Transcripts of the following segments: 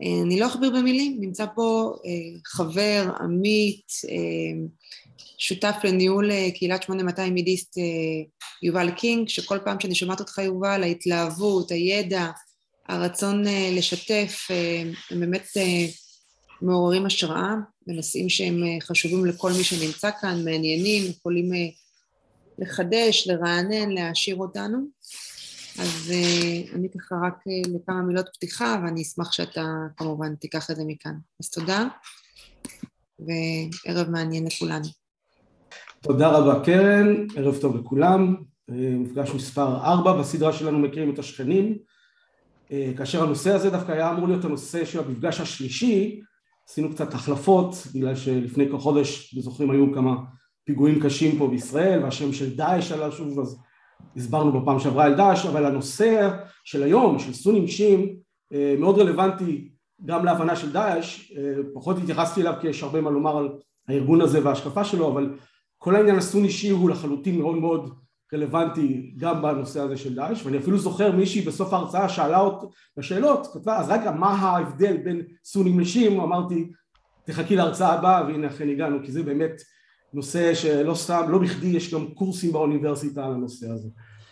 אני לא אכביר במילים, נמצא פה חבר, עמית, שותף לניהול קהילת 8200 מידיסט יובל קינג, שכל פעם שאני שומעת אותך יובל, ההתלהבות, הידע, הרצון לשתף, הם באמת מעוררים השראה, בנושאים שהם חשובים לכל מי שנמצא כאן, מעניינים, יכולים לחדש, לרענן, להעשיר אותנו. אז אני ככה רק לכמה מילות פתיחה, ואני אשמח שאתה כמובן תיקח את זה מכאן. אז תודה, וערב מעניין לכולנו. תודה רבה קרן, ערב טוב לכולם. מפגש מספר 4 בסדרה שלנו מכירים את השכנים, כאשר הנושא הזה דווקא היה אמור להיות הנושא של המפגש השלישי. עשינו קצת החלפות, בגלל שלפני כחודש, זוכרים, היו כמה פיגועים קשים פה בישראל, והשם של דאעש עלה שוב, אז הסברנו בפעם שעברה על דאעש, אבל הנושא של היום, של סונים שיעים, מאוד רלוונטי גם להבנה של דאעש. פחות התייחסתי אליו כי יש הרבה מה לומר על הארגון הזה וההשקפה שלו, אבל כל העניין הסוני שיעי הוא לחלוטין מאוד מאוד רלוונטי גם בנושא הזה של דאעש. ואני אפילו זוכר מישהי בסוף ההרצאה שאלה אותי בשאלות, כתבה, אז רגע, מה ההבדל בין סונים לשיעים? אמרתי, תחכי להרצאה הבאה, והנה אכן הגענו, כי זה באמת נושא שלא סתם, לא בכדי, יש גם קורסים באוניברסיטה על הנושא הזה.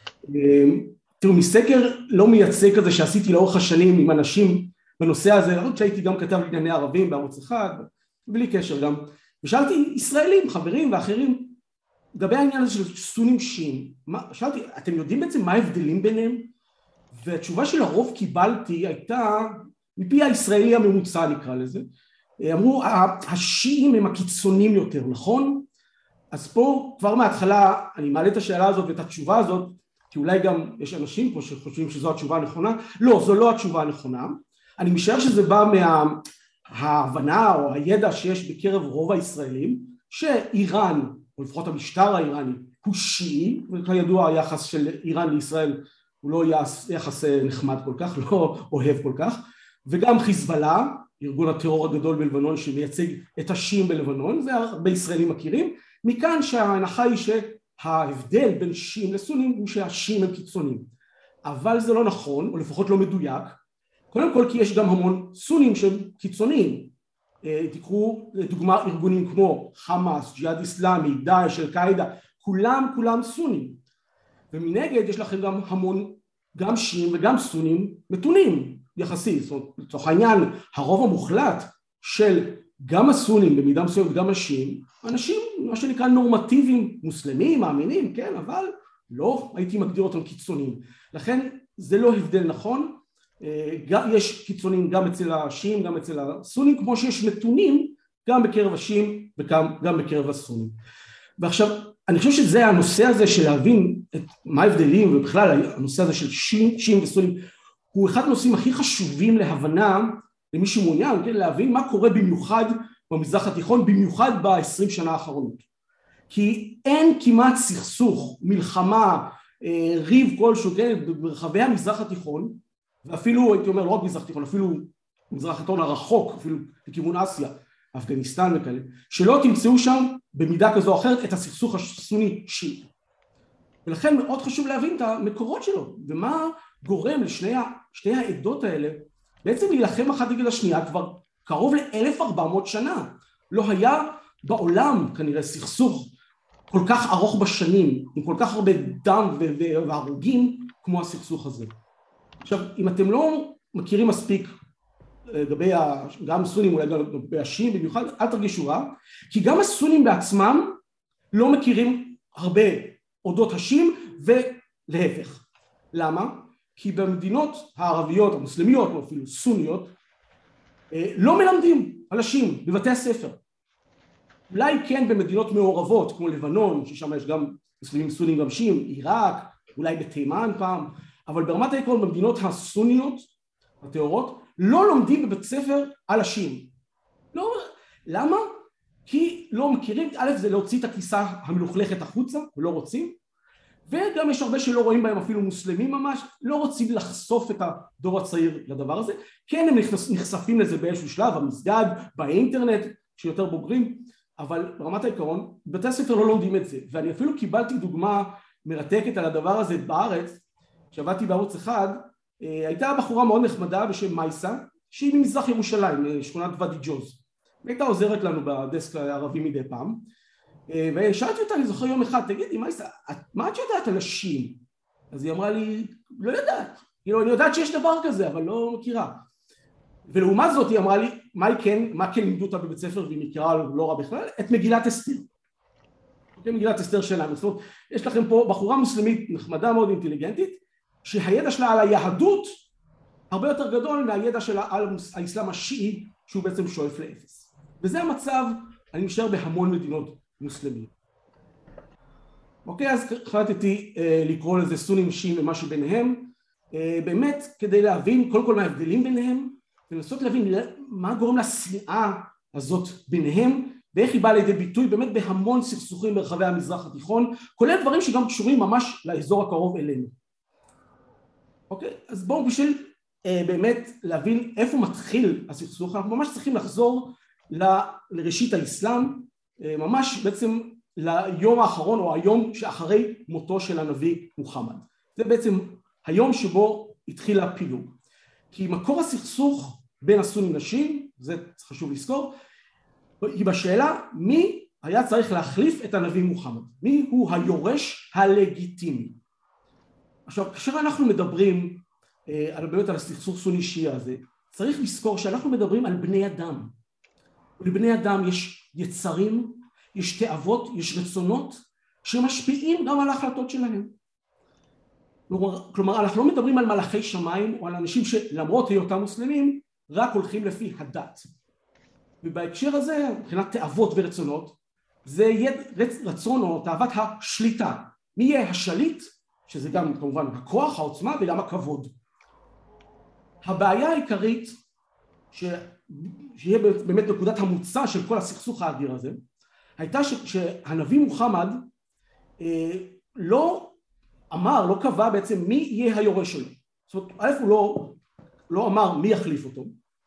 תראו, מסקר לא מייצג כזה שעשיתי לאורך השנים עם אנשים בנושא הזה, עוד שהייתי גם כתב לענייני ערבים בערוץ אחד, בלי קשר גם, ושאלתי ישראלים, חברים ואחרים, לגבי העניין הזה של סונים שיעים, שאלתי, אתם יודעים בעצם מה ההבדלים ביניהם? והתשובה שלרוב קיבלתי הייתה, מפי הישראלי הממוצע נקרא לזה, אמרו, השיעים הם הקיצונים יותר, נכון? אז פה כבר מההתחלה אני מעלה את השאלה הזאת ואת התשובה הזאת, כי אולי גם יש אנשים פה שחושבים שזו התשובה הנכונה. לא, זו לא התשובה הנכונה. אני משער שזה בא מההבנה או הידע שיש בקרב רוב הישראלים, שאיראן, או לפחות המשטר האיראני, הוא שיעי, וכידוע היחס של איראן לישראל הוא לא יחס נחמד כל כך, לא אוהב כל כך, וגם חיזבאללה, ארגון הטרור הגדול בלבנון שמייצג את השיעים בלבנון, זה הרבה ישראלים מכירים. מכאן שההנחה היא שההבדל בין שיעים לסונים הוא שהשיעים הם קיצונים, אבל זה לא נכון, או לפחות לא מדויק. קודם כל כי יש גם המון סונים שהם קיצוניים. תקחו לדוגמה ארגונים כמו חמאס, ג'יהאד אסלאמי, דאעש, אל-קאעידה, כולם סונים. ומנגד יש לכם גם המון, גם שיעים וגם סונים מתונים יחסית. זאת אומרת, לצורך העניין, הרוב המוחלט של גם הסונים במידה מסוימת וגם השיעים, אנשים מה שנקרא נורמטיביים, מוסלמים, מאמינים, כן, אבל לא הייתי מגדיר אותם קיצוניים. לכן זה לא הבדל נכון. יש קיצונים גם אצל השיעים, גם אצל הסונים, כמו שיש מתונים גם בקרב השיעים וגם בקרב הסונים. ועכשיו, אני חושב שזה הנושא הזה של להבין את מה ההבדלים, ובכלל הנושא הזה של שיעים וסונים, הוא אחד הנושאים הכי חשובים להבנה למי שמעוניין, כן, להבין מה קורה במיוחד במזרח התיכון, במיוחד ב-20 שנה האחרונות. כי אין כמעט סכסוך, מלחמה, ריב כלשהו, כן, ברחבי המזרח התיכון, ואפילו, הייתי אומר, לא רק מזרח התיכון, אפילו מזרח התיכון הרחוק, אפילו לכיוון אסיה, אפגניסטן וכאלה, שלא תמצאו שם במידה כזו או אחרת את הסכסוך הסוני שיעי. ולכן מאוד חשוב להבין את המקורות שלו, ומה גורם לשני העדות האלה, בעצם להילחם אחת נגד השנייה כבר קרוב ל-1400 שנה. לא היה בעולם כנראה סכסוך כל כך ארוך בשנים, עם כל כך הרבה דם והרוגים כמו הסכסוך הזה. עכשיו, אם אתם לא מכירים מספיק לגבי גם הסונים, אולי גם לגבי השיעים במיוחד, אל תרגישו רע, כי גם הסונים בעצמם לא מכירים הרבה אודות השיעים ולהפך. למה? כי במדינות הערביות, המוסלמיות, או אפילו סוניות, לא מלמדים על השיעים בבתי הספר. אולי כן במדינות מעורבות, כמו לבנון, ששם יש גם מוסלמים סונים גם שיעים, עיראק, אולי בתימן פעם, אבל ברמת העיקרון במדינות הסוניות, הטהורות, לא לומדים בבית ספר על השיעים. לא, למה? כי לא מכירים, א' זה להוציא את הכיסה המלוכלכת החוצה, ולא רוצים, וגם יש הרבה שלא רואים בהם אפילו מוסלמים ממש, לא רוצים לחשוף את הדור הצעיר לדבר הזה. כן, הם נחשפים לזה באיזשהו שלב, המסגד, באינטרנט, שיותר בוגרים, אבל ברמת העיקרון, בתי הספר לא לומדים את זה. ואני אפילו קיבלתי דוגמה מרתקת על הדבר הזה בארץ, כשעבדתי בערוץ אחד, הייתה בחורה מאוד נחמדה בשם מייסה, שהיא ממזרח ירושלים, שכונת ואדי ג'וז. והייתה עוזרת לנו בדסק הערבי מדי פעם, ושאלתי אותה, אני זוכר יום אחד, תגידי, מה את יודעת על נשים? אז היא אמרה לי, לא יודעת, אני יודעת שיש דבר כזה, אבל לא מכירה. ולעומת זאת היא אמרה לי, מה כן לימדו אותה בבית ספר, והיא מכירה לא רע בכלל, את מגילת אסתר. מגילת אסתר שלנו. זאת אומרת, יש לכם פה בחורה מוסלמית נחמדה מאוד אינטליגנטית, שהידע שלה על היהדות הרבה יותר גדול מהידע שלה על האסלאם השיעי, שהוא בעצם שואף לאפס. וזה המצב, אני נשאר בהמון מדינות מוסלמיים. אוקיי, אז החלטתי לקרוא לזה סונים שיעים ומה שביניהם, באמת כדי להבין קודם כל מה ההבדלים ביניהם, ולנסות להבין מה גורם לשנאה הזאת ביניהם, ואיך היא באה לידי ביטוי באמת בהמון סכסוכים ברחבי המזרח התיכון, כולל דברים שגם קשורים ממש לאזור הקרוב אלינו. אוקיי, אז בואו בשביל באמת להבין איפה מתחיל הסכסוך, אנחנו ממש צריכים לחזור לראשית האסלאם, ממש בעצם ליום האחרון או היום שאחרי מותו של הנביא מוחמד. זה בעצם היום שבו התחיל הפילוג. כי מקור הסכסוך בין הסונים לשיעים, זה חשוב לזכור, היא בשאלה מי היה צריך להחליף את הנביא מוחמד, מי הוא היורש הלגיטימי. עכשיו, כאשר אנחנו מדברים באמת על הסכסוך סוני שיעי הזה, צריך לזכור שאנחנו מדברים על בני אדם. ולבני אדם יש יצרים, יש תאוות, יש רצונות, שמשפיעים גם על ההחלטות שלהם. כלומר, אנחנו לא מדברים על מלאכי שמיים או על אנשים שלמרות היותם מוסלמים, רק הולכים לפי הדת. ובהקשר הזה, מבחינת תאוות ורצונות, זה יהיה רצון או תאוות השליטה. מי יהיה השליט? שזה גם כמובן הכוח, העוצמה וגם הכבוד. הבעיה העיקרית, שיהיה באמת נקודת המוצא של כל הסכסוך האדיר הזה, הייתה שהנביא מוחמד לא אמר, לא קבע בעצם מי יהיה היורש שלו. זאת אומרת, א' הוא לא אמר מי יחליף אותו.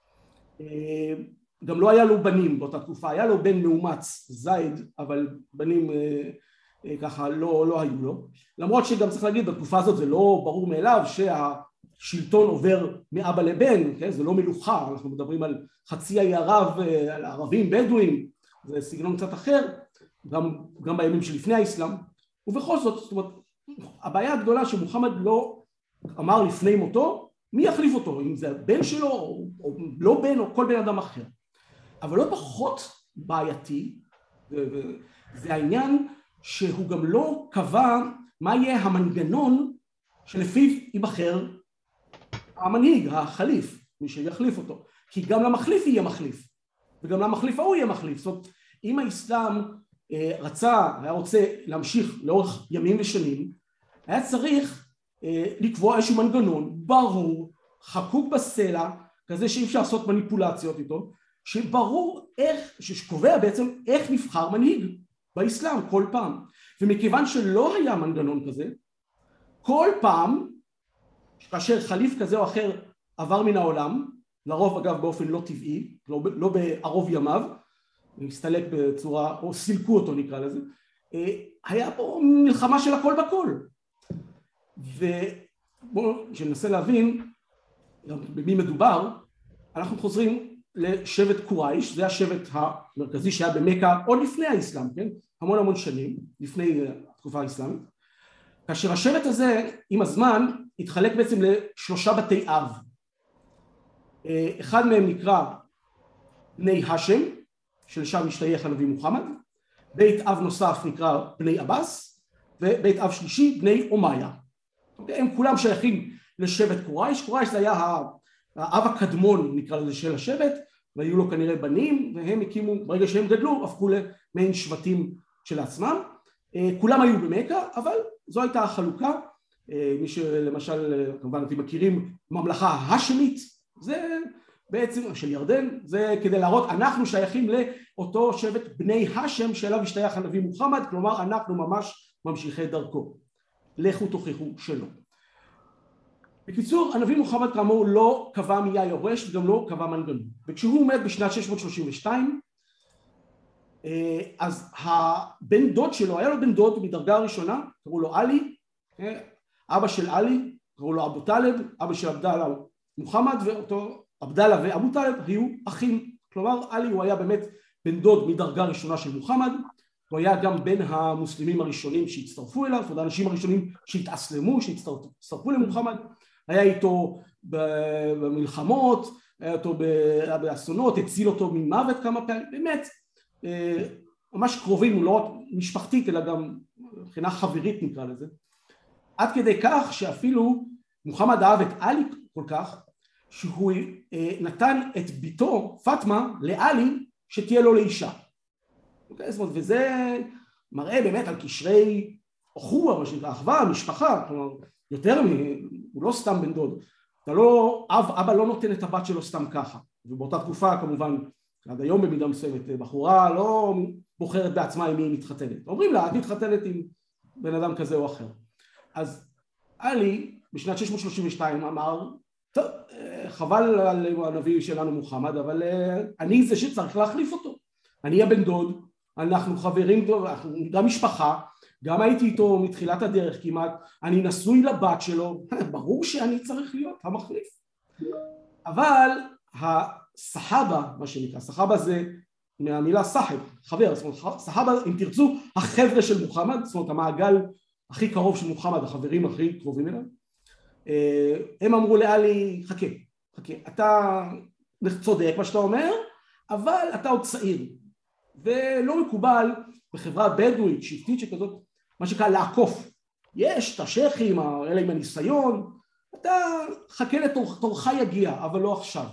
גם לא היה לו בנים באותה תקופה, היה לו בן מאומץ, זייד, אבל בנים ככה לא היו לו. למרות שגם צריך להגיד, בתקופה הזאת זה לא ברור מאליו שהשלטון עובר מאבא לבן, כן? זה לא מלוכה, אנחנו מדברים על חצי האי ערב, על ערבים, בדואים, זה סגנון קצת אחר, גם בימים שלפני האסלאם, ובכל זאת, זאת אומרת, הבעיה הגדולה שמוחמד לא אמר לפני מותו, מי יחליף אותו, אם זה הבן שלו או לא בן או כל בן אדם אחר. אבל לא פחות בעייתי, זה העניין שהוא גם לא קבע מה יהיה המנגנון שלפיו ייבחר המנהיג, החליף, מי שיחליף אותו. כי גם למחליף יהיה מחליף, וגם למחליף ההוא יהיה מחליף. זאת אומרת, אם האסלאם היה רוצה להמשיך לאורך ימים ושנים, היה צריך לקבוע איזשהו מנגנון ברור, חקוק בסלע, כזה שאי אפשר לעשות מניפולציות איתו, שברור שקובע בעצם איך נבחר מנהיג באסלאם כל פעם. ומכיוון שלא היה מנגנון כזה, כל פעם כאשר חליף כזה או אחר עבר מן העולם, לרוב אגב באופן לא טבעי, לא בערוב ימיו, הסתלק בצורה, או סילקו אותו נקרא לזה, היה פה מלחמה של הכל בכל. ובואו שננסה להבין במי מדובר, אנחנו חוזרים לשבט קורייש, זה השבט המרכזי שהיה במכה עוד לפני האסלאם, כן? המון שנים, לפני התקופה האסלאמית, כאשר השבט הזה עם הזמן התחלק בעצם לשלושה בתי אב. אחד מהם נקרא בני השם, שלשם משתייך הנביא מוחמד, בית אב נוסף נקרא בני עבאס, ובית אב שלישי בני אומיה. הם כולם שייכים לשבט קורייש, קורייש זה היה האב הקדמון נקרא לזה של השבט, והיו לו כנראה בנים, והם הקימו, ברגע שהם גדלו, הפכו למעין שבטים של עצמם. כולם היו במכה, אבל זו הייתה החלוקה. מי שלמשל, כמובן אתם מכירים, ממלכה ההשמית, זה בעצם של ירדן, זה כדי להראות, אנחנו שייכים לאותו שבט בני השם שאליו השתייך הנביא מוחמד, כלומר אנחנו ממש ממשיכי דרכו. לכו תוכיחו שלא. בקיצור, הנביא מוחמד כאמור לא קבע מי היורש וגם לא קבע מנגנון. וכשהוא מת בשנת 632, אז הבן דוד שלו, היה לו בן דוד מדרגה הראשונה, קראו לו עלי, אבא של עלי, קראו לו אבו טלב, אבא של עבדאללה מוחמד, ואותו עבדאללה ואבו טלב היו אחים, כלומר עלי הוא היה באמת בן דוד מדרגה ראשונה של מוחמד, הוא היה גם בין המוסלמים הראשונים שהצטרפו אליו, זאת אומרת האנשים הראשונים שהתאסלמו, שהצטרפו למוחמד, היה איתו במלחמות, היה איתו באסונות, הציל אותו ממוות כמה פעמים, באמת ממש קרובים, לא רק משפחתית אלא גם מבחינה חברית נקרא לזה, עד כדי כך שאפילו מוחמד אהב את עלי כל כך שהוא נתן את ביתו פאטמה לעלי שתהיה לו לאישה. וזה מראה באמת על קשרי אחווה, מה שנקרא אחווה, משפחה, כלומר יותר הוא לא סתם בן דוד, אתה לא, אבא לא נותן את הבת שלו סתם ככה, ובאותה תקופה כמובן עד היום במידה מסוימת בחורה לא בוחרת בעצמה עם מי היא מתחתנת, אומרים לה את מתחתנת עם בן אדם כזה או אחר. אז עלי בשנת 632 אמר טוב, חבל על הנביא שלנו מוחמד, אבל אני זה שצריך להחליף אותו, אני הבן דוד, אנחנו חברים, אנחנו גם משפחה, גם הייתי איתו מתחילת הדרך כמעט, אני נשוי לבת שלו, ברור שאני צריך להיות המחליף. אבל הסחאבה, מה שנקרא, סחאבה זה מהמילה סחב, חבר, זאת אומרת סחאבה אם תרצו החבר'ה של מוחמד, זאת אומרת המעגל הכי קרוב של מוחמד, החברים הכי קרובים אליו, הם אמרו לעלי חכה, אתה צודק מה שאתה אומר, אבל אתה עוד צעיר, ולא מקובל בחברה בדואית, שבטית שכזאת, מה שקרה לעקוף, יש את השייכים, אלה עם הניסיון, אתה חכה לתורך יגיע, אבל לא עכשיו.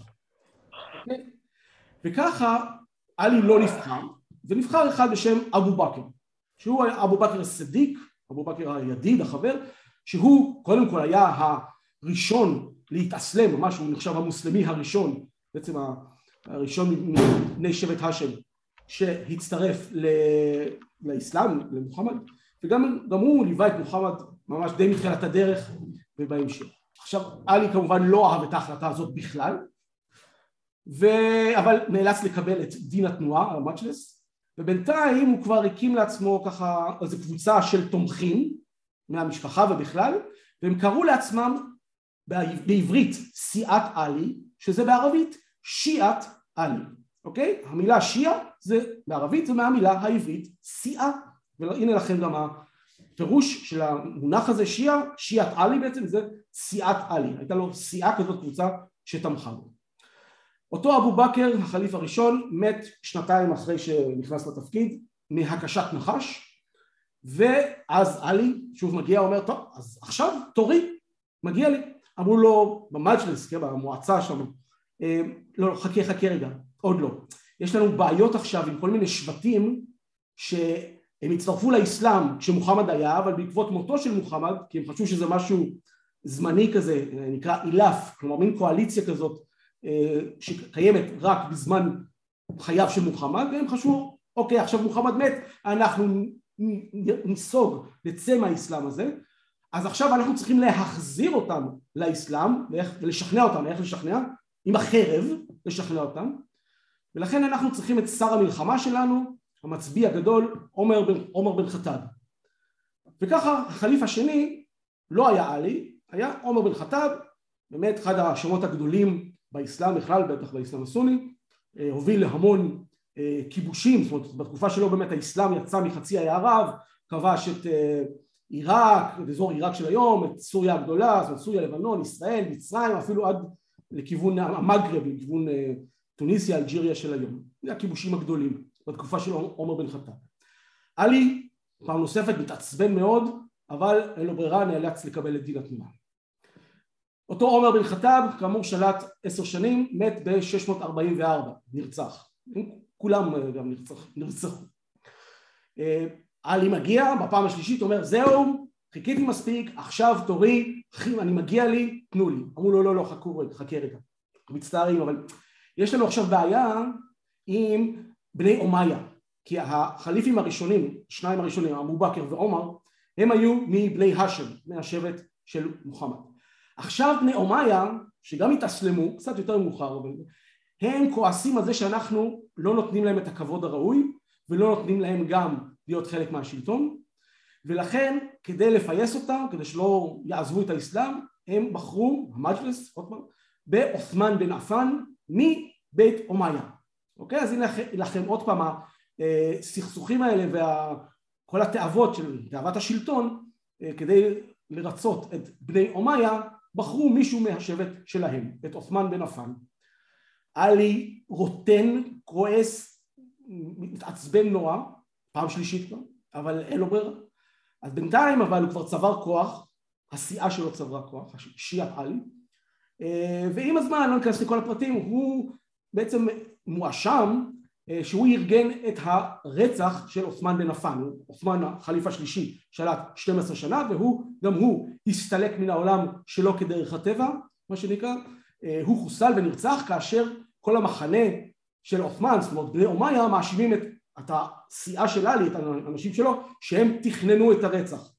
וככה עלי לא נבחר, ונבחר אחד בשם אבו בכר, שהוא אבו בכר הסדיק, אבו בכר הידיד, החבר, שהוא קודם כל היה הראשון להתאסלם, ממש הוא נחשב המוסלמי הראשון, בעצם הראשון מבני שבט האשם שהצטרף לאסלאם, למוחמד, וגם הוא ליווה את מוחמד ממש די מתחילת הדרך ובהמשך. עכשיו עלי כמובן לא אהב את ההחלטה הזאת בכלל, אבל נאלץ לקבל את דין התנועה, המג'לס, ובינתיים הוא כבר הקים לעצמו ככה איזו קבוצה של תומכים מהמשפחה ובכלל, והם קראו לעצמם בעברית סיעת עלי, שזה בערבית שיעת עלי, אוקיי? המילה שיעה זה בערבית, זה מהמילה העברית סיעה, והנה לכם גם הפירוש של המונח הזה שיעה, שיעת עלי בעצם זה סיעת עלי, הייתה לו סיעה כזאת קבוצה שתמכה בו. אותו אבו בכר, החליף הראשון, מת שנתיים אחרי שנכנס לתפקיד מהקשת נחש, ואז עלי שוב מגיע ואומר טוב אז עכשיו תורי מגיע לי, אמרו לו במג'לס, במועצה שם, לא חכה רגע, עוד לא, יש לנו בעיות עכשיו עם כל מיני שבטים שהם הצטרפו לאסלאם כשמוחמד היה, אבל בעקבות מותו של מוחמד, כי הם חשבו שזה משהו זמני כזה, נקרא אילף, כלומר מין קואליציה כזאת שקיימת רק בזמן חייו של מוחמד, והם חשבו אוקיי עכשיו מוחמד מת, אנחנו נסוג, נצא מהאסלאם הזה, אז עכשיו אנחנו צריכים להחזיר אותם לאסלאם ולשכנע אותם, איך לשכנע? עם החרב לשכנע אותם, ולכן אנחנו צריכים את שר המלחמה שלנו, המצביא הגדול, עומר בן חטאב. וככה החליף השני לא היה עלי, היה עומר בן חטאב, באמת אחד השמות הגדולים באסלאם בכלל, בטח באסלאם הסוני, הוביל להמון כיבושים, זאת אומרת בתקופה שלו באמת האסלאם יצא מחצי האי ערב, כבש את עיראק, את אזור עיראק של היום, את סוריה הגדולה, זאת אומרת סוריה, לבנון, ישראל, מצרים, אפילו עד לכיוון המגרב, לכיוון טוניסיה, אלג'יריה של היום. זה הכיבושים הגדולים בתקופה של עומר בן חטאב. עלי פעם נוספת מתעצבן מאוד, אבל אין לו ברירה, נאלץ לקבל את דין התנועה. אותו עומר בן חטאב, כאמור שלט 10 שנים, מת ב-644, נרצח. כולם גם נרצחו. עלי מגיע, בפעם השלישית אומר, זהו, חיכיתי מספיק, עכשיו תורי, אני מגיע לי, תנו לי. אמרו לו, לא, חכה רגע. מצטערים, אבל יש לנו עכשיו בעיה עם בני אומיה, כי החליפים הראשונים, שניים הראשונים, אבו בכר ועומר, הם היו מבני האשם, מהשבט של מוחמד. עכשיו בני אומיה, שגם התאסלמו, קצת יותר מאוחר, אבל הם כועסים על זה שאנחנו לא נותנים להם את הכבוד הראוי, ולא נותנים להם גם להיות חלק מהשלטון, ולכן כדי לפייס אותם, כדי שלא יעזבו את האסלאם, הם בחרו, המג'לס, בעות'מן בן עפן מבית אומיה. אוקיי? אז הנה לכם עוד פעם הסכסוכים האלה וכל התאוות של תאוות השלטון, כדי לרצות את בני אומיה, בחרו מישהו מהשבט שלהם, את עות'מן בן עפן. עלי רוטן, כועס, מתעצבן נורא, פעם שלישית כבר, אבל אין לו ברירה. אז בינתיים אבל הוא כבר צבר כוח, הסיעה שלו צברה כוח, שיעת עלי, ועם הזמן, לא ניכנס לכל הפרטים, הוא בעצם מואשם שהוא ארגן את הרצח של עות'מן בן עפן. עות'מן החליף השלישי שלט 12 שנה, וגם הוא הסתלק מן העולם שלא כדרך הטבע, מה שנקרא. הוא חוסל ונרצח כאשר כל המחנה של עות'מן, זאת אומרת בני אומיה, מאשימים את הסיעה של עלי, את האנשים שלו, שהם תכננו את הרצח.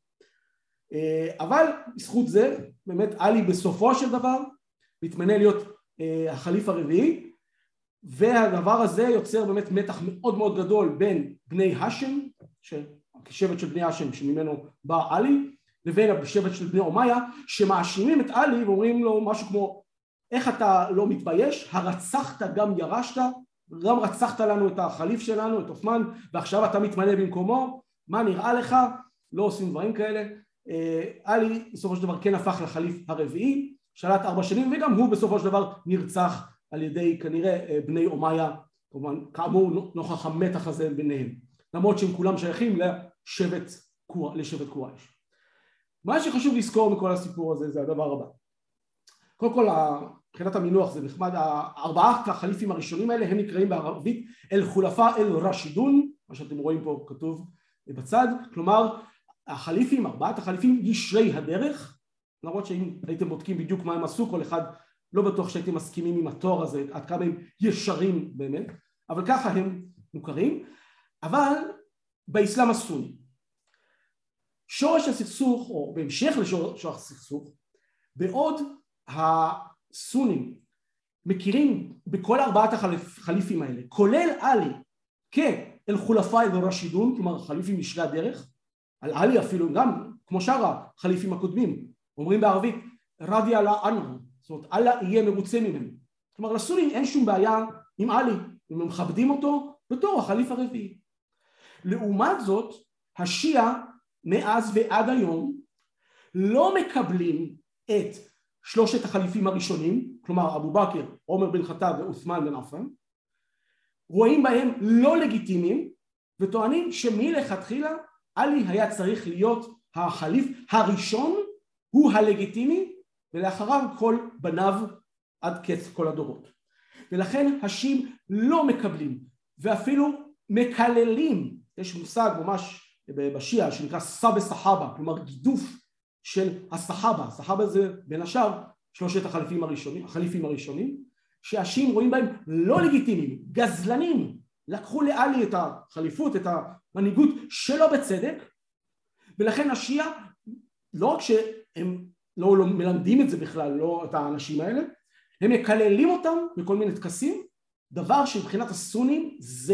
אבל בזכות זה באמת עלי בסופו של דבר מתמנה להיות החליף הרביעי, והדבר הזה יוצר באמת מתח מאוד מאוד גדול בין בני השם, שבט של בני השם שממנו בא עלי, לבין השבט של בני אומיה, שמאשימים את עלי ואומרים לו משהו כמו, איך אתה לא מתבייש? הרצחת גם ירשת, גם רצחת לנו את החליף שלנו, את עות'מן, ועכשיו אתה מתמנה במקומו, מה נראה לך? לא עושים דברים כאלה. עלי בסופו של דבר כן הפך לחליף הרביעי, שלט 4 שנים, וגם הוא בסופו של דבר נרצח על ידי כנראה בני אומיה, כמובן כאמור נוכח המתח הזה ביניהם, למרות שהם כולם שייכים לשבט קורייש. מה שחשוב לזכור מכל הסיפור הזה זה הדבר הבא. קודם כל, מבחינת המינוח זה נחמד, 4 החליפים הראשונים האלה הם נקראים בערבית אל חולפה אל רשידון, מה שאתם רואים פה כתוב בצד, כלומר 4 החליפים ישרי הדרך, למרות שאם הייתם בודקים בדיוק מה הם עשו, כל אחד לא בטוח שהייתם מסכימים עם התואר הזה, עד כמה הם ישרים באמת, אבל ככה הם מוכרים. אבל באסלאם הסוני, שורש הסכסוך, או בהמשך לשורש הסכסוך, בעוד הסונים מכירים בכל 4 החליפים האלה, כולל עלי, כאל חולפה אל רשידון, כלומר חליפים ישרי הדרך, על עלי אפילו גם, כמו שאר החליפים הקודמים, אומרים בערבית, רדי אללה אנהו, זאת אומרת, אללה יהיה מרוצה ממנו. כלומר, לסונים אין שום בעיה עם עלי, אם הם מכבדים אותו בתור החליף הרביעי. לעומת זאת, השיעה מאז ועד היום לא מקבלים את 3 החליפים הראשונים, כלומר אבו בכר, עומר בן חטאב ועות'מן בן עפן, רואים בהם לא לגיטימיים, וטוענים שמלכתחילה עלי היה צריך להיות החליף הראשון, הוא הלגיטימי, ולאחריו כל בניו עד קץ כל הדורות. ולכן השיעים לא מקבלים, ואפילו מקללים, יש מושג ממש בשיעה שנקרא סבא סחאבה, כלומר גידוף של הסחאבה, הסחאבה זה בין השאר 3 החליפים הראשונים, שהשיעים רואים בהם לא לגיטימיים, גזלנים, לקחו לעלי את החליפות, את המנהיגות שלא בצדק, ולכן השיעה, לא רק שהם לא מלמדים את זה בכלל, לא את האנשים האלה, הם מקללים אותם בכל מיני טקסים, דבר שמבחינת הסונים זה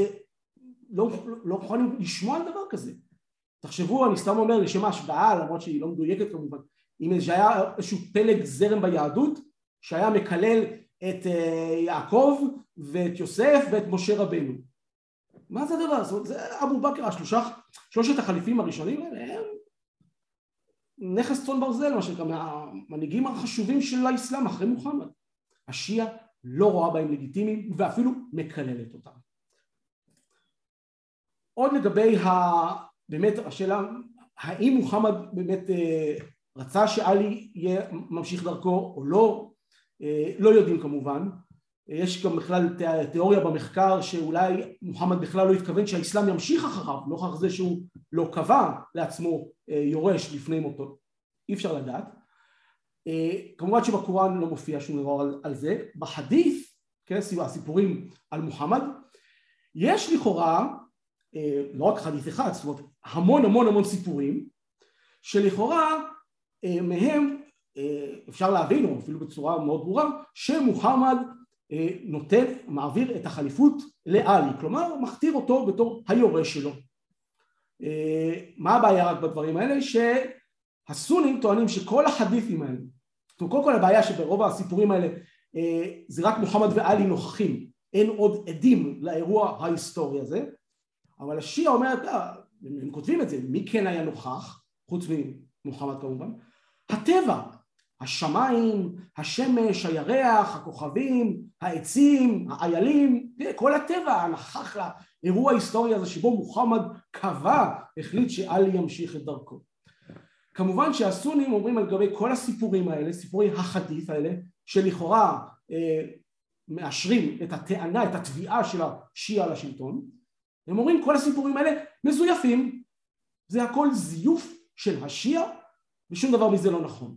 לא יכולים לשמוע על דבר כזה. תחשבו, אני סתם אומר לשם ההשוואה, למרות שהיא לא מדויקת כמובן, אם שהיה איזשהו פלג זרם ביהדות, שהיה מקלל את יעקב ואת יוסף ואת משה רבנו. מה זה הדבר? זאת אומרת, זה אבו בכר, 3 החליפים הראשונים האלה, הם נכס צאן ברזל, מה שנקרא, מהמנהיגים החשובים של האסלאם אחרי מוחמד. השיעה לא רואה בהם לגיטימיים ואפילו מקללת אותם. עוד לגבי באמת השאלה, האם מוחמד באמת רצה שעלי יהיה ממשיך דרכו או לא, לא יודעים כמובן. יש גם בכלל תיאוריה במחקר שאולי מוחמד בכלל לא התכוון שהאסלאם ימשיך אחריו, נוכח זה שהוא לא קבע לעצמו יורש לפני מותו. אי אפשר לדעת. כמובן שבקוראן לא מופיע שום דבר על זה. בחדית', כן, הסיפורים על מוחמד, יש לכאורה, לא רק חדית' אחד, זאת אומרת המון סיפורים, שלכאורה מהם אפשר להבין, או אפילו בצורה מאוד ברורה, שמוחמד מעביר את החליפות לעלי, כלומר מכתיר אותו בתור היורש שלו. מה הבעיה רק בדברים האלה? שהסונים טוענים שכל החדית'ים האלה, קודם כל הבעיה שברוב הסיפורים האלה זה רק מוחמד ועלי נוכחים, אין עוד עדים לאירוע ההיסטורי הזה, אבל השיעה אומרת, הם כותבים את זה, מי כן היה נוכח, חוץ ממוחמד כמובן, הטבע, השמיים, השמש, הירח, הכוכבים, העצים, האיילים, כל הטבע נכח לאירוע ההיסטורי הזה שבו מוחמד קבע, החליט שעלי ימשיך את דרכו. כמובן שהסונים אומרים על גבי כל הסיפורים האלה, סיפורי החדית' האלה, שלכאורה מאשרים את הטענה, את התביעה של השיעה לשלטון, הם אומרים כל הסיפורים האלה מזויפים, זה הכל זיוף של השיעה, ושום דבר מזה לא נכון.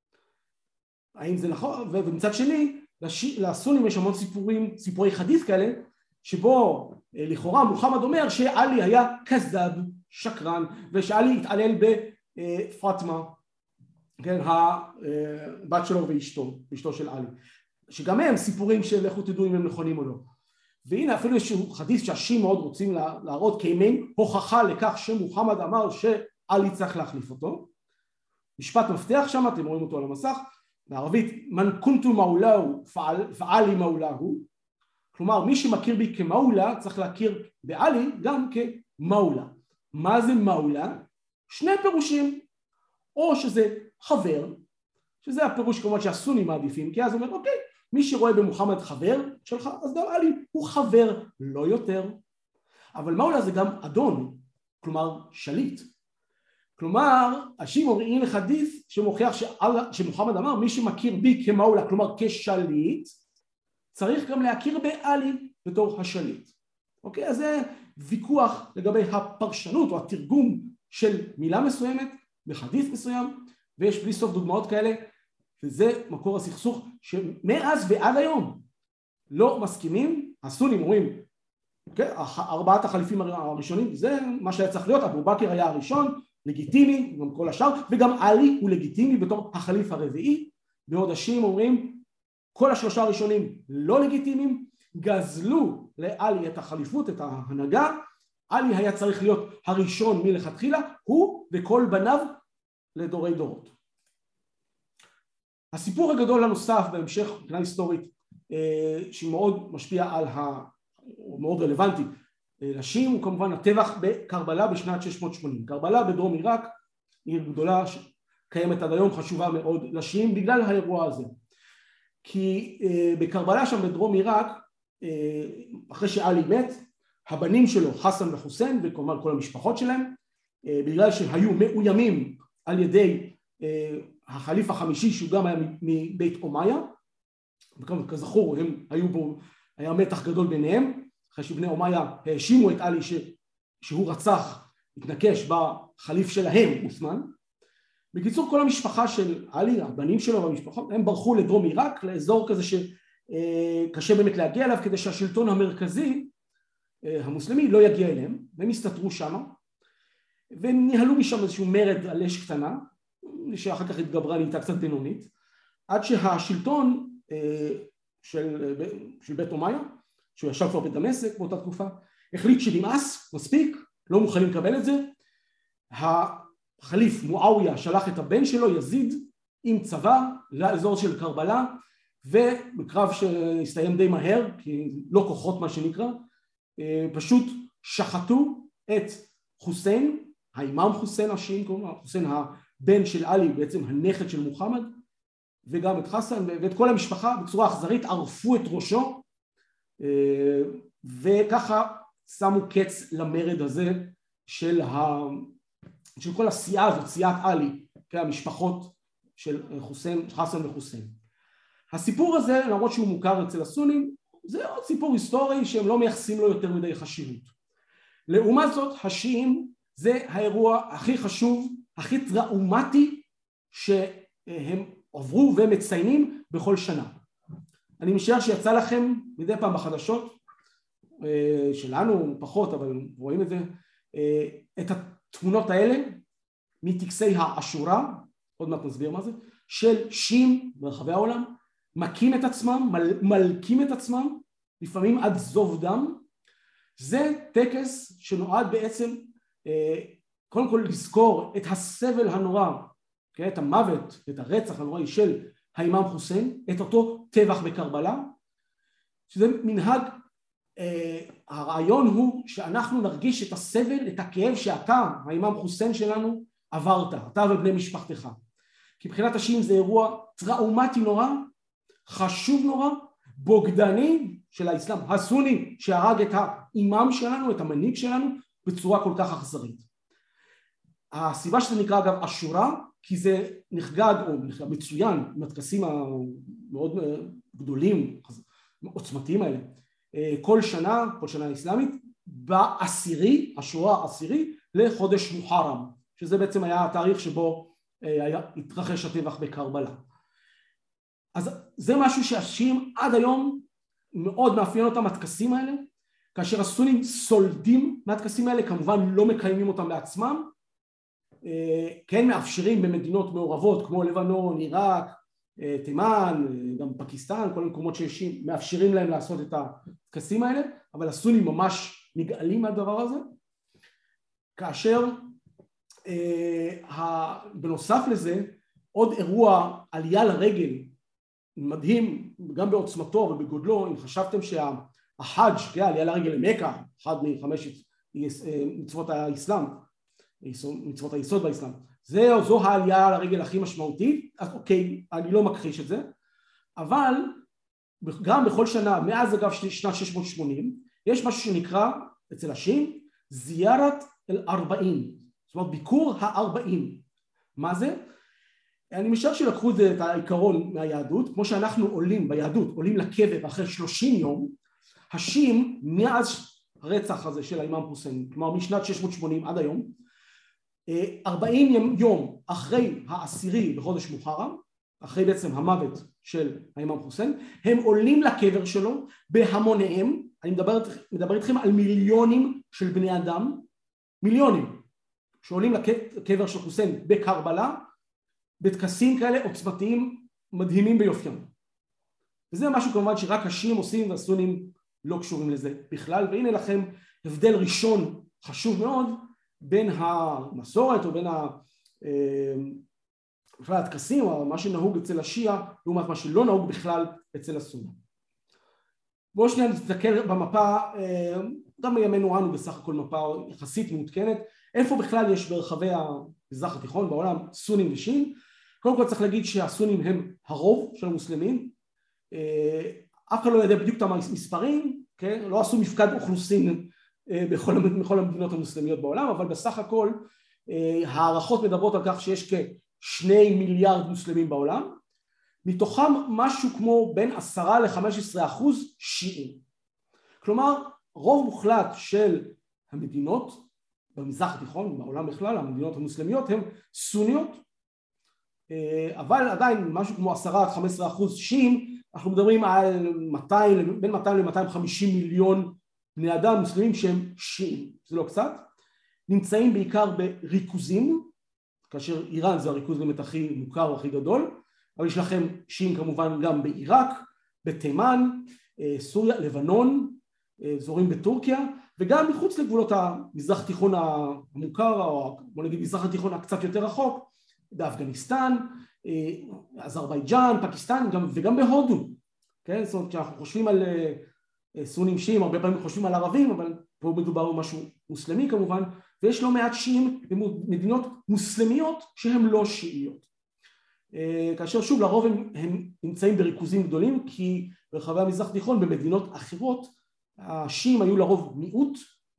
האם זה נכון? ומצד שני, לסונים יש המון סיפורי חדית' כאלה, שבו לכאורה מוחמד אומר שעלי היה כזב, שקרן, ושעלי התעלל בפאטמה, כן, הבת שלו ואשתו של עלי, שגם הם סיפורים של לכו תדעו אם הם נכונים או לא. והנה אפילו יש חדית' שהשיעים מאוד רוצים להראות כמין הוכחה לכך שמוחמד אמר שעלי צריך להחליף אותו. משפט מפתח שם, אתם רואים אותו על המסך, בערבית, מן קונטו מאולהו פעלי מאולהו, כלומר מי שמכיר בי כמאולה צריך להכיר בעלי גם כמאולה. מה זה מאולה? שני פירושים, או שזה חבר, שזה הפירוש כמובן שהסונים מעדיפים, כי אז הוא אומר אוקיי, מי שרואה במוחמד חבר שלך, אז גם עלי הוא חבר, לא יותר. אבל מאולה זה גם אדון, כלומר שליט. כלומר, השיעים אומרים לחדית' שמוכיח שמוחמד אמר, מי שמכיר בי כמאולה, כלומר כשליט, צריך גם להכיר בעלי בתור השליט. אוקיי? אז זה ויכוח לגבי הפרשנות או התרגום של מילה מסוימת בחדית' מסוים, ויש בלי סוף דוגמאות כאלה, וזה מקור הסכסוך שמאז ועד היום לא מסכימים. הסונים אומרים, אוקיי, ארבעת החליפים הראשונים, זה מה שהיה צריך להיות, אבו בכר היה הראשון, לגיטימי, גם כל השאר, וגם עלי הוא לגיטימי בתור החליף הרביעי, בעוד השיעים אומרים, כל השלושה הראשונים לא לגיטימיים, גזלו לעלי את החליפות, את ההנהגה, עלי היה צריך להיות הראשון מלכתחילה, הוא וכל בניו לדורי דורות. הסיפור הגדול הנוסף בהמשך מבחינה היסטורית, שמאוד משפיע על הוא מאוד רלוונטי לשיעים, הוא כמובן הטבח בקרבלה בשנת 680. קרבלה בדרום עיראק, עיר גדולה שקיימת עד היום, חשובה מאוד לשיעים בגלל האירוע הזה. כי בקרבלה שם בדרום עיראק, אחרי שעלי מת, הבנים שלו, חסן וחוסיין, וכמובן כל המשפחות שלהם, בגלל שהיו מאוימים על ידי החליף החמישי, שהוא גם היה מבית אומיה, וכזכור, היה מתח גדול ביניהם, אחרי שבני אומיה האשימו את עלי שהוא רצח, התנקש בחליף שלהם, עות'מאן. בקיצור, כל המשפחה של עלי, הבנים שלו והמשפחות, הם ברחו לדרום עיראק, לאזור כזה שקשה באמת להגיע אליו, כדי שהשלטון המרכזי, המוסלמי, לא יגיע אליהם, והם הסתתרו שם, והם ניהלו משם איזשהו מרד על אש קטנה, שאחר כך התגברה נהייתה קצת בינונית, עד שהשלטון של בית אומיה, שהוא ישב כבר בדמשק באותה תקופה, החליט שנמאס, מספיק, לא מוכנים לקבל את זה. החליף מועאוויה שלח את הבן שלו יזיד עם צבא לאזור של קרבלה, ובקרב שהסתיים די מהר, כי לא כוחות מה שנקרא, פשוט שחטו את חוסיין, האימאם חוסיין השיעים, חוסיין הבן של עלי, בעצם הנכד של מוחמד, וגם את חסן ואת כל המשפחה בצורה אכזרית, ערפו את ראשו, וככה שמו קץ למרד הזה של כל הסיעה הזאת, סיעת עלי, המשפחות של חוסיין, חסן וחוסיין. הסיפור הזה, למרות שהוא מוכר אצל הסונים, זה עוד סיפור היסטורי שהם לא מייחסים לו יותר מדי חשיבות. לעומת זאת, השיעים זה האירוע הכי חשוב, הכי טראומטי שהם עברו ומציינים בכל שנה. אני משער שיצא לכם מדי פעם בחדשות, שלנו פחות, אבל רואים את זה, את התמונות האלה מטקסי העשורה, עוד מעט נסביר מה זה, של שיעים ברחבי העולם, מכים את עצמם, מלקים את עצמם, לפעמים עד זוב דם. זה טקס שנועד בעצם קודם כל לזכור את הסבל הנורא, את המוות, את הרצח הנוראי של האימאם חוסיין, את אותו טבח בקרבלה, שזה מנהג, הרעיון הוא שאנחנו נרגיש את הסבל, את הכאב שאתה, האימאם חוסיין שלנו, עברת, אתה ובני משפחתך. כי מבחינת השיעים זה אירוע טראומטי נורא, חשוב נורא, בוגדני של האסלאם, הסוני שהרג את האימאם שלנו, את המנהיג שלנו, בצורה כל כך אכזרית. הסיבה שזה נקרא אגב אשורה, כי זה נחגג או מצוין עם הטקסים המאוד גדולים, עוצמתיים האלה, כל שנה האסלאמית, בעשירי, אשורה העשירי, לחודש מוחרם, שזה בעצם היה התאריך שבו התרחש הטבח בקרבלה. אז זה משהו שהשיעים עד היום מאוד מאפיין אותם הטקסים האלה, כאשר הסונים סולדים מהטקסים האלה, כמובן לא מקיימים אותם לעצמם, כן מאפשרים במדינות מעורבות כמו לבנון, עיראק, תימן, גם פקיסטן, כל המקומות שהשיעים מאפשרים להם לעשות את הטקסים האלה, אבל הסונים ממש נגאלים מהדבר הזה, כאשר בנוסף לזה עוד אירוע עלייה לרגל מדהים גם בעוצמתו ובגודלו. אם חשבתם שהחאג', עלייה לרגל למכה, אחד מחמשת מצוות האסלאם, מצוות היסוד באסלאם, זו העלייה לרגל הכי משמעותית, אז אוקיי, אני לא מכחיש את זה, אבל גם בכל שנה, מאז אגב שנת 680, יש משהו שנקרא אצל השיעים זיארת אל-40, זאת אומרת ביקור ה-40. מה זה? אני משער שלקחו את העיקרון מהיהדות, כמו שאנחנו עולים ביהדות, עולים לקבר אחרי 30 יום, השיעים מאז הרצח הזה של האימאם חוסיין, כלומר משנת 680 עד היום, 40 יום אחרי העשירי בחודש מוחרם, אחרי בעצם המוות של האימאם חוסיין, הם עולים לקבר שלו בהמוניהם. אני מדבר איתכם על מיליונים של בני אדם, מיליונים, שעולים לקבר של חוסיין בקרבלה, בטקסים כאלה עוצמתיים מדהימים ביופיים. וזה משהו כמובן שרק השיעים עושים והסונים לא קשורים לזה בכלל, והנה לכם הבדל ראשון חשוב מאוד בין המסורת או בין הטקסים או מה שנהוג אצל השיעה לעומת מה שלא נהוג בכלל אצל הסונים. בואו שנייה נסתכל במפה, גם בימינו אנו בסך הכל מפה יחסית מעודכנת, איפה בכלל יש ברחבי המזרח התיכון בעולם סונים ושיעים. קודם כל צריך להגיד שהסונים הם הרוב של המוסלמים, אף אחד לא יודע בדיוק את המספרים, כן? לא עשו מפקד אוכלוסין בכל המדינות המוסלמיות בעולם, אבל בסך הכל הערכות מדברות על כך שיש כ2 מיליארד מוסלמים בעולם, מתוכם משהו כמו בין 10-15% שיעים. כלומר רוב מוחלט של המדינות במזרח התיכון, בעולם בכלל, המדינות המוסלמיות הן סוניות, אבל עדיין משהו כמו 10-15% שיעים. אנחנו מדברים על בין 200 ל-250 מיליון בני אדם מוסלמים שהם שיעים, זה לא קצת, נמצאים בעיקר בריכוזים, כאשר איראן זה הריכוז באמת הכי מוכר והכי גדול, אבל יש לכם שיעים כמובן גם בעיראק, בתימן, סוריה, לבנון, אזורים בטורקיה, וגם מחוץ לגבולות המזרח התיכון המוכר, או בוא נגיד מזרח התיכון הקצת יותר רחוק, באפגניסטן, אזרבייג'אן, פקיסטן, וגם בהודו. כן? זאת אומרת, כשאנחנו חושבים על סונים שיעים, הרבה פעמים חושבים על ערבים, אבל פה מדובר במשהו מוסלמי כמובן, ויש לא מעט שיעים במדינות מוסלמיות שהן לא שיעיות. כאשר שוב לרוב הם נמצאים בריכוזים גדולים, כי ברחבי המזרח התיכון במדינות אחרות השיעים היו לרוב מיעוט,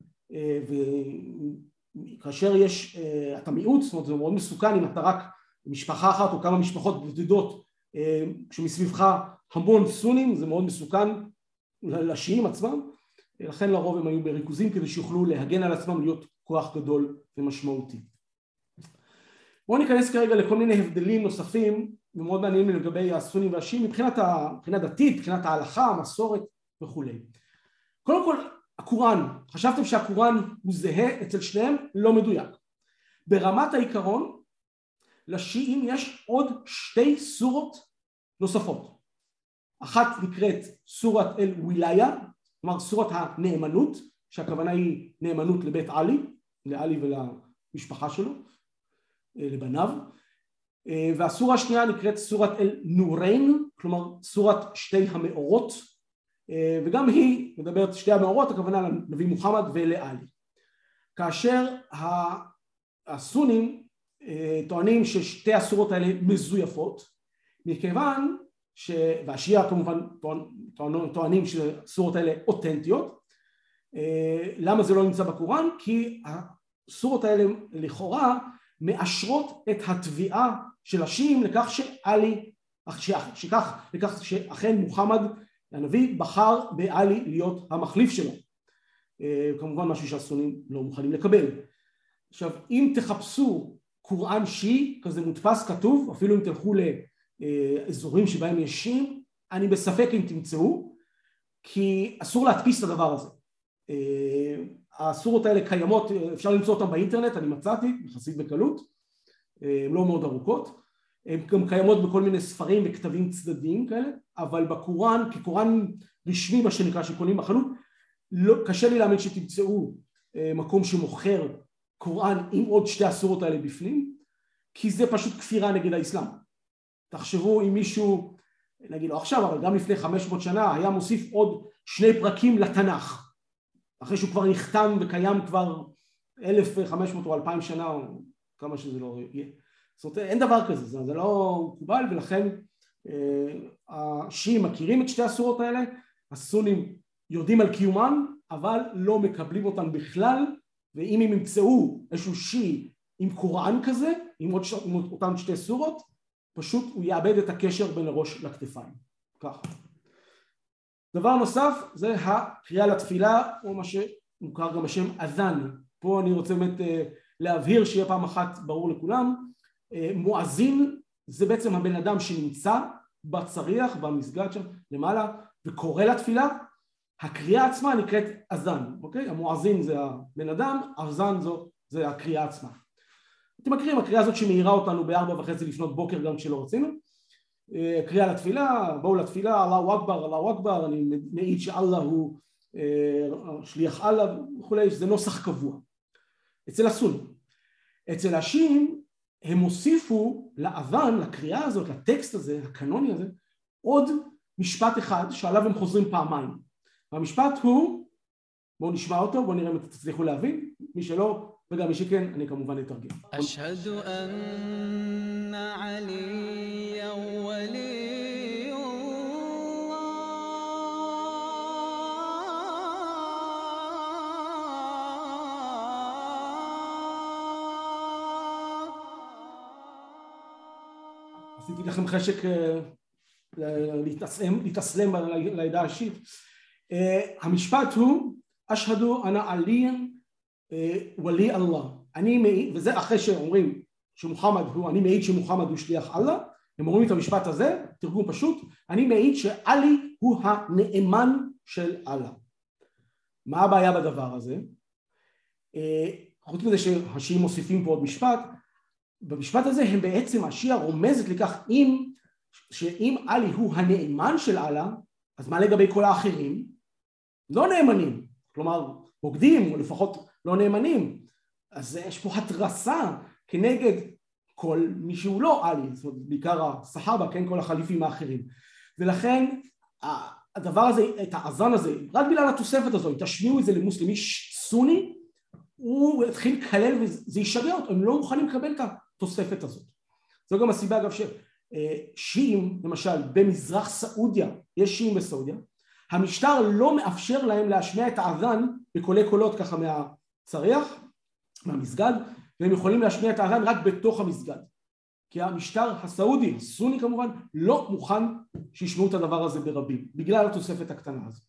וכאשר יש את המיעוט, זאת אומרת זה מאוד מסוכן אם אתה רק משפחה אחת או כמה משפחות בודדות כשמסביבך המון סונים, זה מאוד מסוכן לשיעים עצמם, לכן לרוב הם היו בריכוזים כדי שיוכלו להגן על עצמם, להיות כוח גדול ומשמעותי. בואו ניכנס כרגע לכל מיני הבדלים נוספים ומאוד מעניינים לגבי הסונים והשיעים מבחינה דתית, מבחינת ההלכה, המסורת וכו'. קודם כל הקוראן, חשבתם שהקוראן הוא זהה אצל שניהם? לא מדויק. ברמת העיקרון לשיעים יש עוד 2 סורות נוספות. אחת נקראת סורת אל-וילאיה, כלומר סורת הנאמנות, שהכוונה היא נאמנות לבית עלי, לעלי ולמשפחה שלו, לבניו, והסורה השנייה נקראת סורת אל-נוריין, כלומר סורת שתי המאורות, וגם היא מדברת שתי המאורות, הכוונה לנביא מוחמד ולעלי. כאשר הסונים טוענים ששתי הסורות האלה מזויפות, מכיוון והשיעה כמובן טוענים שהסורות האלה אותנטיות. למה זה לא נמצא בקוראן? כי הסורות האלה לכאורה מאשרות את התביעה של השיעים לכך שאכן מוחמד הנביא בחר בעלי להיות המחליף שלו. כמובן משהו שהסונים לא מוכנים לקבל. עכשיו אם תחפשו קוראן שיעי כזה מודפס כתוב, אפילו אם תלכו לאזורים שבהם יש שיעים, אני בספק אם תמצאו, כי אסור להדפיס את הדבר הזה. הסורות האלה קיימות, אפשר למצוא אותן באינטרנט, אני מצאתי, יחסית בקלות, הן לא מאוד ארוכות, הן גם קיימות בכל מיני ספרים וכתבים צדדיים כאלה, אבל בקוראן, כקוראן רשמי מה שנקרא שקונים בחנות, קשה לי להאמין שתמצאו מקום שמוכר קוראן עם עוד שתי הסורות האלה בפנים, כי זה פשוט כפירה נגד האסלאם. תחשבו אם מישהו, נגיד לא עכשיו, אבל גם לפני 500 שנה, היה מוסיף עוד 2 פרקים לתנ"ך, אחרי שהוא כבר נחתם וקיים כבר 1,500 או 2,000 שנה, או כמה שזה לא יהיה. זאת אומרת, אין דבר כזה, זה לא מקובל, ולכן השיעים מכירים את שתי הסורות האלה, הסונים יודעים על קיומן, אבל לא מקבלים אותן בכלל, ואם הם ימצאו איזשהו שיעי עם קוראן כזה, עם אותן שתי סורות, פשוט הוא יאבד את הקשר בין הראש לכתפיים. ככה. דבר נוסף זה הקריאה לתפילה, או מה שמוכר גם בשם אזן. פה אני רוצה באמת להבהיר שיהיה פעם אחת ברור לכולם. מואזין זה בעצם הבן אדם שנמצא בצריח, במסגד שם למעלה, וקורא לתפילה. הקריאה עצמה נקראת אזן, אוקיי? המואזין זה הבן אדם, אזן זה הקריאה עצמה. אתם מכירים, הקריאה הזאת שמאירה אותנו ב4:30 לפנות בוקר גם כשלא רצינו. קריאה לתפילה, בואו לתפילה, אללהו אכבר, אללהו אכבר, אני מעיד שאללה הוא שליח אללה וכולי, זה נוסח קבוע. אצל הסונים. אצל השיעים הם הוסיפו לאזן, לקריאה הזאת, לטקסט הזה, הקנוני הזה, עוד משפט אחד שעליו הם חוזרים פעמיים. והמשפט הוא, בואו נשמע אותו, בואו נראה אם תצליחו להבין, מי שלא, וגם מי שכן, אני כמובן אתרגם. أشهد أن عليا ولي الله עשיתי לכם חשק להתאסלם לעדה השיעית. המשפט הוא, אשהדו אנא עלי ולי אללה. אני מעיד, וזה אחרי שאומרים שמוחמד הוא, אני מעיד שמוחמד הוא שליח אללה, הם אומרים את המשפט הזה, תרגום פשוט, אני מעיד שעלי הוא הנאמן של אללה. מה הבעיה בדבר הזה? חוץ מזה שהשיעים מוסיפים פה עוד משפט, במשפט הזה הם בעצם, השיעה רומזת לכך שאם עלי הוא הנאמן של אללה, אז מה לגבי כל האחרים? לא נאמנים, כלומר בוגדים או לפחות לא נאמנים, אז יש פה התרסה כנגד כל מי שהוא לא עלי, זאת אומרת בעיקר הסחאבה, כן, כל החליפים האחרים, ולכן הדבר הזה, את האזן הזה, רק בגלל התוספת הזו, אם תשמיעו את זה למוסלמי סוני, הוא התחיל לקלל וזה ישגע אותו, הם לא מוכנים לקבל את התוספת הזאת. זו גם הסיבה אגב ששיעים, למשל במזרח סעודיה, יש שיעים בסעודיה, המשטר לא מאפשר להם להשמיע את האזן בקולי קולות ככה מהצריח, מהמסגד, והם יכולים להשמיע את האזן רק בתוך המסגד. כי המשטר הסעודי, הסוני כמובן, לא מוכן שישמעו את הדבר הזה ברבים, בגלל התוספת הקטנה הזאת.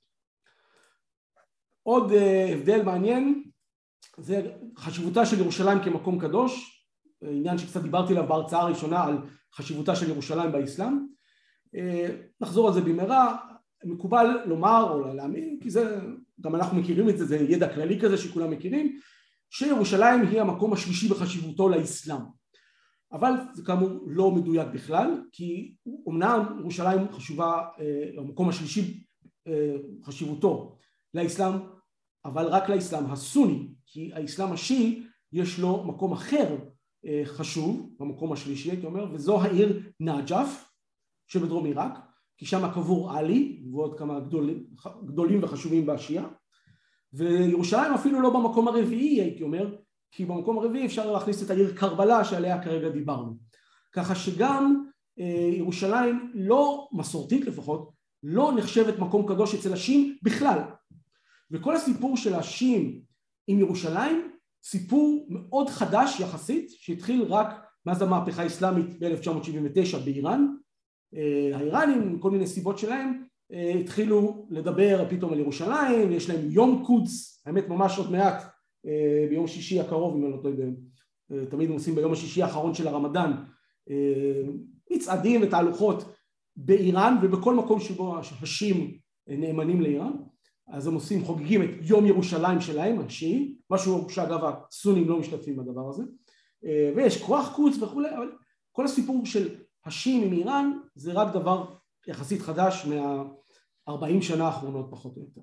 עוד הבדל מעניין, זה חשיבותה של ירושלים כמקום קדוש, עניין שקצת דיברתי עליו בהרצאה הראשונה על חשיבותה של ירושלים באסלאם. נחזור על זה במהרה, מקובל לומר או להאמין, כי זה, גם אנחנו מכירים את זה, זה ידע כללי כזה שכולם מכירים, שירושלים היא המקום השלישי בחשיבותו לאסלאם. אבל זה כאמור לא מדויק בכלל, כי אמנם ירושלים חשובה, המקום השלישי חשיבותו לאסלאם, אבל רק לאסלאם הסוני, כי האסלאם השיעי יש לו מקום אחר חשוב, במקום השלישי הייתי אומר, וזו העיר נג'ף שבדרום עיראק, כי שם קבור עלי ועוד כמה גדולים וחשובים בשיעה, וירושלים אפילו לא במקום הרביעי הייתי אומר, כי במקום הרביעי אפשר להכניס את העיר קרבלה שעליה כרגע דיברנו. ככה שגם ירושלים לא מסורתית לפחות, לא נחשבת מקום קדוש אצל השיעים בכלל. וכל הסיפור של השיעים עם ירושלים, סיפור מאוד חדש יחסית, שהתחיל רק מאז המהפכה האסלאמית ב-1979 באיראן. האיראנים, עם כל מיני סיבות שלהם, התחילו לדבר פתאום על ירושלים, יש להם יום קודס, האמת ממש עוד מעט, ביום שישי הקרוב, אם אני לא טועה, תמיד הם עושים ביום השישי האחרון של הרמדאן, מצעדים ותהלוכות באיראן ובכל מקום שבו השיעים נאמנים לאיראן, אז הם עושים, חוגגים את יום ירושלים שלהם, השיעי, משהו שאגב הסונים לא משתתפים בדבר הזה, ויש כוח קודס וכו', אבל כל הסיפור של השיעים עם איראן זה רק דבר יחסית חדש מה-40 שנה האחרונות פחות או יותר.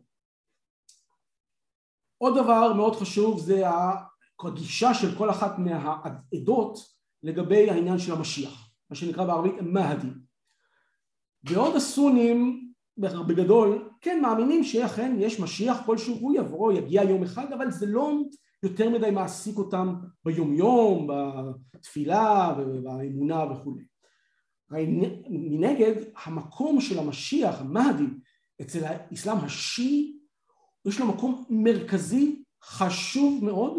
עוד דבר מאוד חשוב זה הגישה של כל אחת מהעדות לגבי העניין של המשיח, מה שנקרא בערבית מהדי. בעוד הסונים בגדול כן מאמינים שאכן יש משיח כלשהו, הוא יבוא, יגיע יום אחד, אבל זה לא יותר מדי מעסיק אותם ביום-יום, בתפילה ובאמונה וכו'. מנגד, המקום של המשיח, המהדי, אצל האסלאם השיעי, יש לו מקום מרכזי, חשוב מאוד,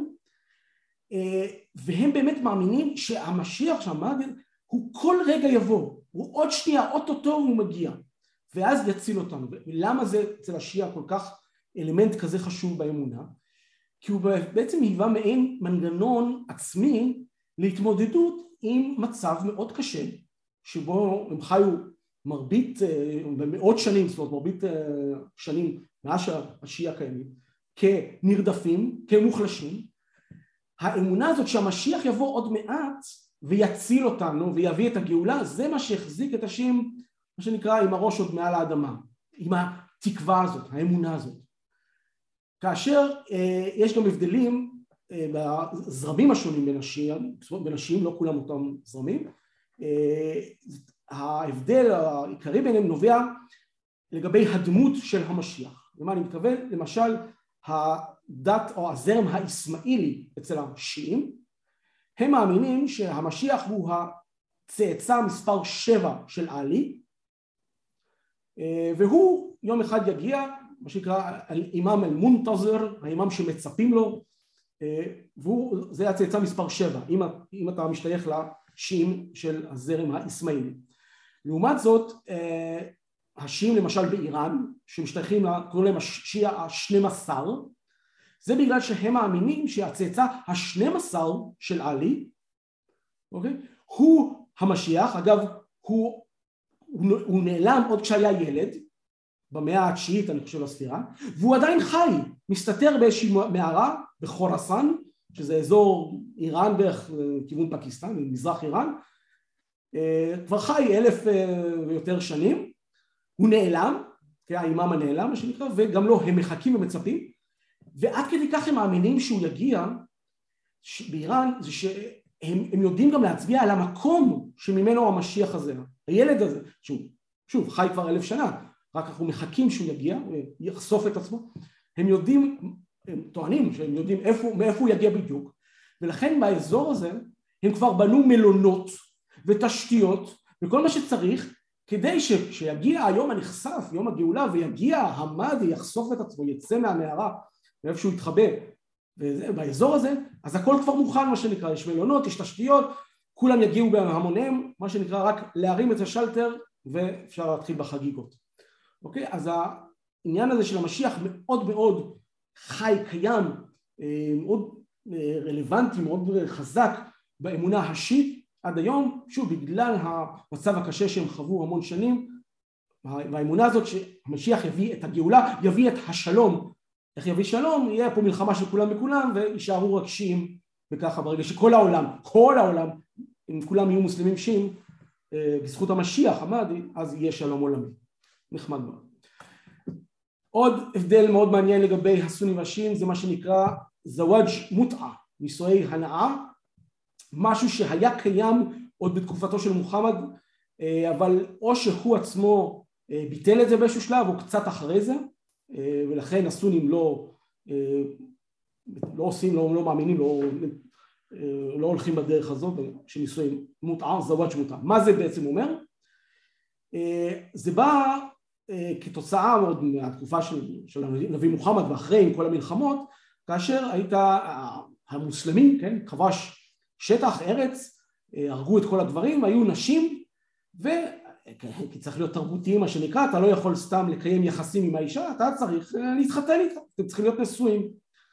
והם באמת מאמינים שהמשיח, שהמהדי, הוא כל רגע יבוא, הוא עוד שנייה, אוטוטו הוא מגיע, ואז יציל אותנו. ולמה זה אצל השיעה כל כך אלמנט כזה חשוב באמונה? כי הוא בעצם היווה מעין מנגנון עצמי להתמודדות עם מצב מאוד קשה, שבו הם חיו מרבית, במאות שנים, זאת אומרת מרבית שנים מאז שהשיעה קיימים, כנרדפים, כמוחלשים. האמונה הזאת שהמשיח יבוא עוד מעט ויציל אותנו ויביא את הגאולה, זה מה שהחזיק את השיעים, מה שנקרא עם הראש עוד מעל האדמה, עם התקווה הזאת, האמונה הזאת. כאשר יש גם הבדלים בזרמים השונים בין השיעים, לא כולם אותם זרמים, ההבדל העיקרי ביניהם נובע לגבי הדמות של המשיח. למה אני מתכוון? למשל, הדת או הזרם האסמאעילי אצל השיעים, הם מאמינים שהמשיח הוא הצאצא מספר 7 של עלי, והוא יום אחד יגיע, מה שנקרא האימאם אל-מונתזר, האימאם שמצפים לו, וזה הצאצא מספר 7, אם אתה משתייך לשיעים של הזרם האסמאעילי. לעומת זאת, השיעים למשל באיראן, שמשתייכים, קוראים להם השיעה ה-12, זה בגלל שהם מאמינים שהצאצא ה-12 של עלי, אוקיי? הוא המשיח, אגב, הוא נעלם עוד כשהיה ילד, במאה התשיעית אני חושב לספירה, והוא עדיין חי, מסתתר באיזושהי מערה בחורסן, שזה אזור איראן בערך כיוון פקיסטן, מזרח איראן, כבר חי 1000 ויותר שנים, הוא נעלם, האימאם הנעלם מה שנקרא, וגם לא, הם מחכים ומצפים, ועד כדי כך הם מאמינים שהוא יגיע באיראן, זה שהם יודעים גם להצביע על המקום שממנו המשיח הזה, הילד הזה, שוב, חי כבר 1000 שנה, רק אנחנו מחכים שהוא יגיע ויחשוף את עצמו, הם יודעים, הם טוענים שהם יודעים מאיפה הוא יגיע בדיוק, ולכן באזור הזה הם כבר בנו מלונות ותשתיות וכל מה שצריך, כדי שיגיע היום הנחשף, יום הגאולה, ויגיע המהדי, יחשוף את עצמו, יצא מהמערה, מאיפה שהוא יתחבא, ובאזור הזה, אז הכל כבר מוכן מה שנקרא, יש מלונות, יש תשתיות, כולם יגיעו בהמוניהם, מה שנקרא רק להרים את השלטר, ואפשר להתחיל בחגיגות. אוקיי? אז העניין הזה של המשיח מאוד מאוד חי, קיים, מאוד רלוונטי, מאוד חזק באמונה השיעית עד היום, שוב, בגלל המצב הקשה שהם חוו המון שנים, והאמונה הזאת שהמשיח יביא את הגאולה, יביא את השלום. איך יביא שלום? יהיה פה מלחמה של כולם בכולם, וישארו רק שיעים, וככה ברגע שכל העולם, אם כולם יהיו מוסלמים שיעים, בזכות המשיח, המהדי, אז יהיה שלום עולמי. נחמד מאוד. עוד הבדל מאוד מעניין לגבי הסונים והשיעים, זה מה שנקרא זוואג' מוטעה, נישואי הנאה, משהו שהיה קיים עוד בתקופתו של מוחמד, אבל או שהוא עצמו ביטל את זה באיזשהו שלב או קצת אחרי זה, ולכן הסונים לא עושים, לא מאמינים, לא הולכים בדרך הזאת שנישואים מותר, זוואג' מותר. מה זה בעצם אומר? זה בא כתוצאה עוד מהתקופה של הנביא מוחמד ואחרי עם כל המלחמות, כאשר המוסלמים, כן, כבש שטח, ארץ, הרגו את כל הדברים, היו נשים, כי צריך להיות תרבותיים מה שנקרא, אתה לא יכול סתם לקיים יחסים עם האישה, אתה צריך להתחתן איתה, אתם צריכים להיות נשואים.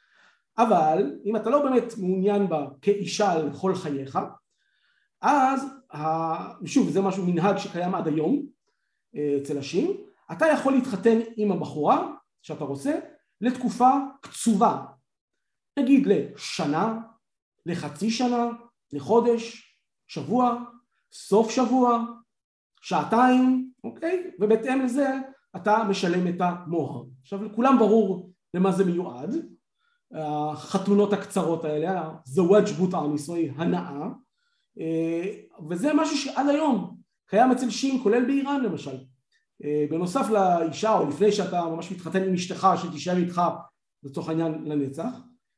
אבל אם אתה לא באמת מעוניין בה כאישה לכל חייך, אז שוב, זה משהו מנהג שקיים עד היום אצל השיעים, אתה יכול להתחתן עם הבחורה שאתה רוצה לתקופה קצובה, נגיד לשנה, לחצי שנה, לחודש, שבוע, סוף שבוע, שעתיים, אוקיי? ובהתאם לזה אתה משלם את המוהר. עכשיו לכולם ברור למה זה מיועד, החתונות הקצרות האלה, זוואג' בוטעה, נישואי הנאה, וזה משהו שעד היום קיים אצל שיעים, כולל באיראן למשל. בנוסף לאישה, או לפני שאתה ממש מתחתן עם אשתך שתישאר איתך לצורך העניין לנצח,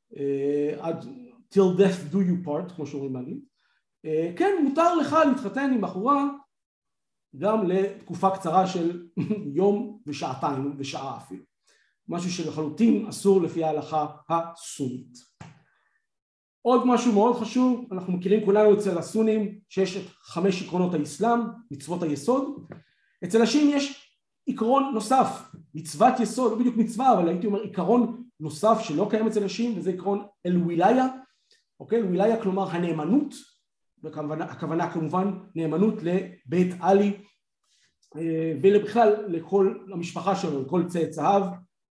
עד till death do you part, כמו שאומרים באנגלית, כן, מותר לך להתחתן עם בחורה גם לתקופה קצרה של יום ושעתיים ושעה אפילו. משהו שלחלוטין אסור לפי ההלכה הסונית. עוד משהו מאוד חשוב, אנחנו מכירים כולנו אצל הסונים שיש את 5 עקרונות האסלאם, מצוות היסוד. אצל השיעים יש עיקרון נוסף, מצוות יסוד, לא בדיוק מצווה, אבל הייתי אומר עיקרון נוסף שלא קיים אצל השיעים, וזה עיקרון אל-וילאיה, אוקיי? אל-וילאיה כלומר הנאמנות, הכוונה כמובן נאמנות לבית עלי, ובכלל לכל המשפחה שלו, לכל צאצאיו,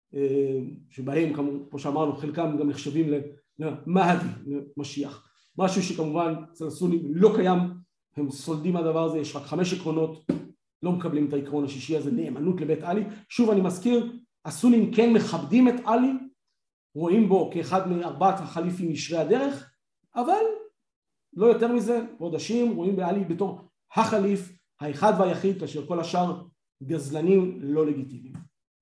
שבהם כמו שאמרנו חלקם גם נחשבים למהדי, למשיח, משהו שכמובן אצל הסונים לא קיים, הם סולדים מהדבר הזה, יש רק 5 עקרונות, לא מקבלים את העקרון השישי הזה, נאמנות לבית עלי. שוב אני מזכיר, הסונים כן מכבדים את עלי, רואים בו כאחד מ4 החליפים ישרי הדרך, אבל לא יותר מזה, ועוד השיעים רואים בעלי בתור החליף, האחד והיחיד, כאשר כל השאר גזלנים לא לגיטימיים.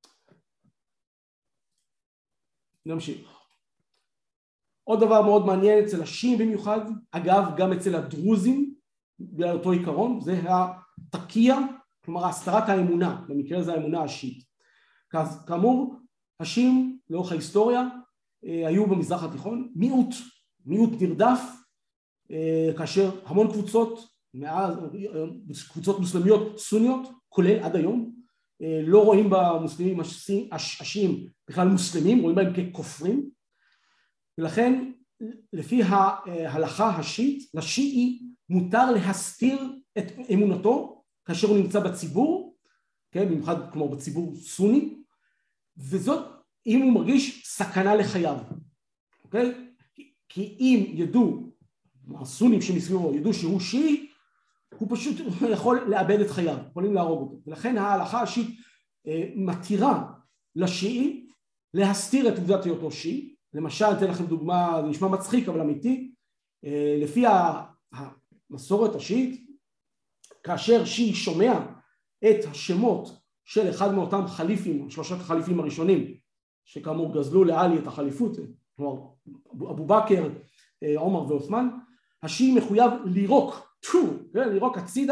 נמשיך. עוד דבר מאוד מעניין אצל השיעים במיוחד, אגב גם אצל הדרוזים, בגלל אותו עיקרון, זה התקיע, כלומר הסתרת האמונה, במקרה זה האמונה השיעית. כאמור, השיעים לאורך ההיסטוריה היו במזרח התיכון מיעוט נרדף, כאשר המון קבוצות מוסלמיות סוניות, כולל עד היום, לא רואים במוסלמים השיעים בכלל מוסלמים, רואים בהם ככופרים, ולכן לפי ההלכה השיעית, לשיעי מותר להסתיר את אמונתו כאשר הוא נמצא בציבור, כן, במיוחד כמו בציבור סוני, וזאת אם הוא מרגיש סכנה לחייו, אוקיי? כי אם ידעו, הסונים שמסביבו ידעו שהוא שיעי, הוא פשוט יכול לאבד את חייו, יכולים להרוג אותו, ולכן ההלכה השיעית מתירה לשיעי להסתיר את עובדת היותו שיעי. למשל, אתן לכם דוגמה, זה נשמע מצחיק אבל אמיתי, לפי המסורת השיעית, כאשר שיעי שומע את השמות של אחד מאותם חליפים, 3 החליפים הראשונים, שכאמור גזלו לעלי את החליפות, כלומר אבו בכר, עומר ועות'מן, השיעי מחויב לירוק הצידה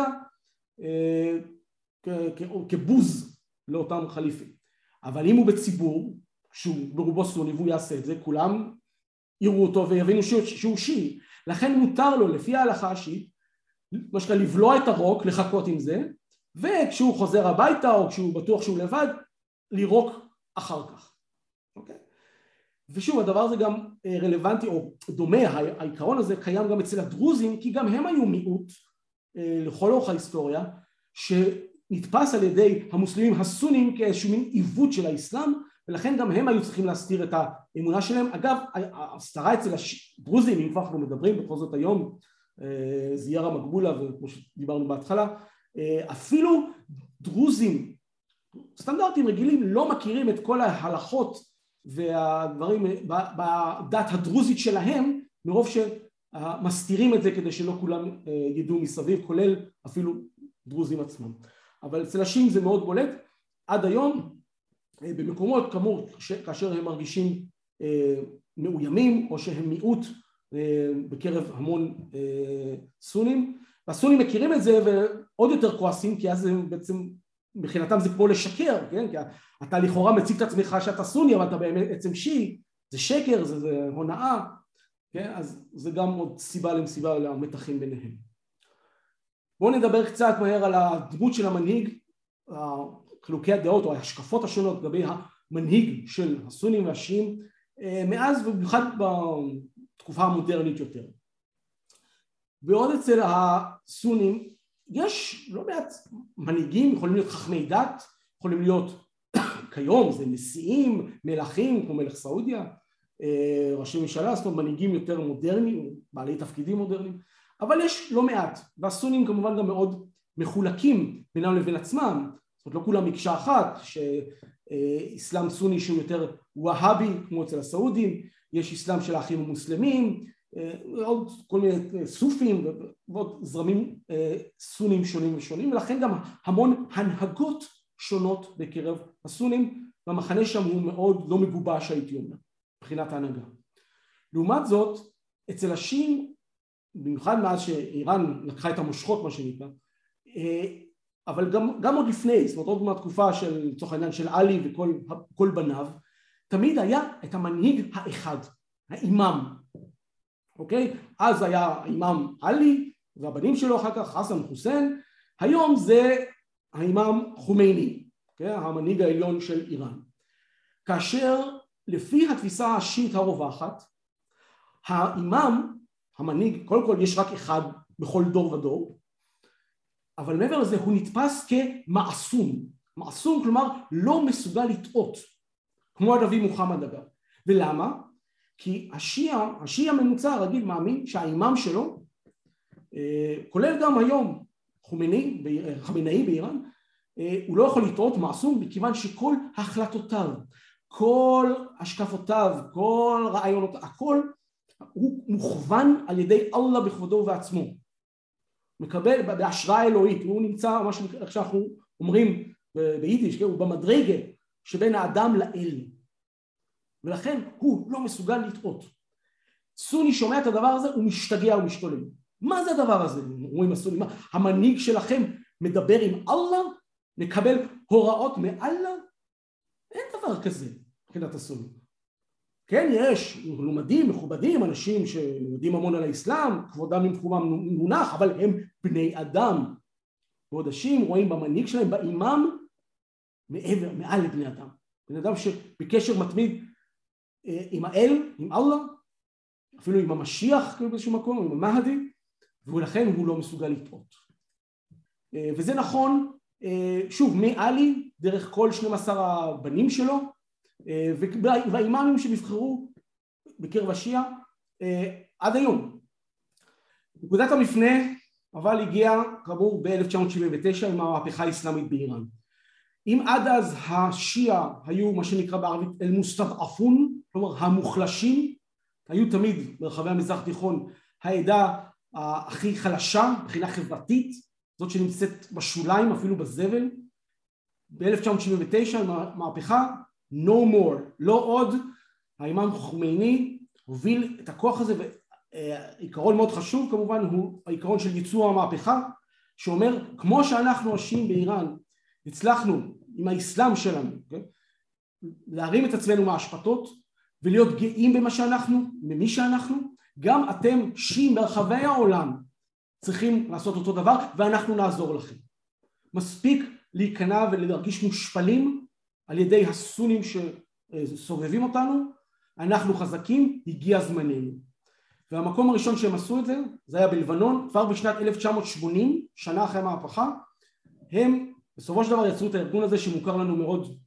כבוז לאותם חליפים. אבל אם הוא בציבור, שהוא ברובו סוני והוא יעשה את זה, כולם יראו אותו ויבינו שהוא שיעי. לכן מותר לו לפי ההלכה השיעית, מה שקרה לבלוע את הרוק, לחכות עם זה, וכשהוא חוזר הביתה או כשהוא בטוח שהוא לבד, לירוק אחר כך. אוקיי? ושוב, הדבר הזה גם רלוונטי או דומה, העיקרון הזה קיים גם אצל הדרוזים, כי גם הם היו מיעוט לכל אורך ההיסטוריה, שנתפס על ידי המוסלמים הסונים כאיזשהו מין עיוות של האסלאם, ולכן גם הם היו צריכים להסתיר את האמונה שלהם. אגב, ההסתרה אצל הדרוזים, אם כבר אנחנו מדברים, בכל זאת היום, זיארה מקבולה, וכמו שדיברנו בהתחלה, אפילו דרוזים, סטנדרטים רגילים, לא מכירים את כל ההלכות והדברים בדת הדרוזית שלהם, מרוב מסתירים את זה כדי שלא כולם ידעו מסביב, כולל אפילו דרוזים עצמם. אבל אצל השיעים זה מאוד בולט. עד היום, במקומות כמו כאשר הם מרגישים מאוימים, או שהם מיעוט בקרב המון סונים, והסונים מכירים את זה ועוד יותר כועסים, כי אז בעצם מבחינתם זה כמו לשקר, כן? כי אתה לכאורה מציג את עצמך שאתה סוני, אבל אתה בעצם שיעי, זה שקר, זה הונאה, כן? אז זה גם עוד סיבה למתחים ביניהם. בואו נדבר קצת מהר על הדמות של המנהיג, חילוקי הדעות או ההשקפות השונות לגבי המנהיג של הסונים והשיעים, מאז ובמיוחד בתקופה המודרנית יותר. ועוד אצל הסונים יש לא מעט מנהיגים, יכולים להיות חכמי דת, יכולים להיות כיום, זה נשיאים, מלכים כמו מלך סעודיה, ראשי ממשלה, זאת אומרת מנהיגים יותר מודרניים, בעלי תפקידים מודרניים, אבל יש לא מעט, והסונים כמובן גם מאוד מחולקים בינם לבין עצמם, זאת אומרת לא כולם מקשה אחת, שאסלאם סוני שהוא יותר והאבי כמו אצל הסעודים, יש אסלאם של האחים המוסלמים, עוד כל מיני סופים ועוד זרמים סונים שונים ושונים, ולכן גם המון הנהגות שונות בקרב הסונים, והמחנה שם הוא מאוד לא מגובש הייתי אומר, מבחינת ההנהגה. לעומת זאת, אצל השיעים, במיוחד מאז שאיראן לקחה את המושכות מה שנקרא, אבל גם עוד לפני, זאת אומרת עוד מהתקופה של, לצורך העניין של עלי וכל בניו, תמיד היה את המנהיג האחד, האימאם, אוקיי? אז היה האימאם עלי והבנים שלו אחר כך חסן חוסיין, היום זה האימאם חומייני, אוקיי? המנהיג העליון של איראן. כאשר לפי התפיסה השיעית הרווחת, האימאם, המנהיג, קודם כל יש רק אחד בכל דור ודור, אבל מעבר לזה הוא נתפס כמעסום, מעסום כלומר לא מסוגל לטעות, כמו הנביא מוחמד אגב. ולמה? כי השיעי הממוצע הרגיל מאמין שהאימאם שלו, כולל גם היום חמינאי באיראן, הוא לא יכול לטעות מעסום מכיוון שכל החלטותיו, כל השקפותיו, כל רעיונותיו, הכל הוא מוכוון על ידי אללה בכבודו ועצמו. מקבל בהשראה אלוהית, הוא נמצא, מה שאנחנו אומרים ביידיש, הוא במדרגה שבין האדם לאל. ולכן הוא לא מסוגל לטעות. סוני שומע את הדבר הזה, הוא משתגע ומשתולל. מה זה הדבר הזה? אומרים הסונים, המנהיג שלכם מדבר עם אללה, מקבל הוראות מאללה? אין דבר כזה, מבחינת הסונים. כן, יש מלומדים, מכובדים, אנשים שיודעים המון על האסלאם, כבודם ממקומם מונח, אבל הם בני אדם. ועוד השיעים רואים במנהיג שלהם, באימאם, מעל לבני אדם. בני אדם שבקשר מתמיד עם האל, עם אללה, אפילו עם המשיח באיזשהו מקום, עם המהדי, ולכן הוא לא מסוגל לטעות. וזה נכון, שוב, מעלי, דרך כל 12 הבנים שלו, והאימאמים שנבחרו בקרב השיעה עד היום. נקודת המפנה אבל הגיעה כאמור ב-1979 עם המהפכה האסלאמית באיראן. אם עד אז השיעה היו מה שנקרא בערבית אל-מוסתדעפון, כלומר המוחלשים, היו תמיד ברחבי המזרח התיכון העדה הכי חלשה מבחינה חברתית, זאת שנמצאת בשוליים אפילו בזבל. ב-1979 עם המהפכה no more, לא עוד, האימאם חומייני הוביל את הכוח הזה, ועיקרון מאוד חשוב כמובן הוא העיקרון של ייצור המהפכה, שאומר כמו שאנחנו השיעים באיראן הצלחנו עם האסלאם שלנו, okay? להרים את עצמנו מהשפטות ולהיות גאים במה שאנחנו, במי שאנחנו, גם אתם שיעים ברחבי העולם צריכים לעשות אותו דבר ואנחנו נעזור לכם. מספיק להיכנע ולהרגיש מושפלים על ידי הסונים שסובבים אותנו, אנחנו חזקים, הגיע זמננו. והמקום הראשון שהם עשו את זה, זה היה בלבנון, כבר בשנת 1980, שנה אחרי המהפכה, הם בסופו של דבר יצרו את הארגון הזה שמוכר לנו מאוד,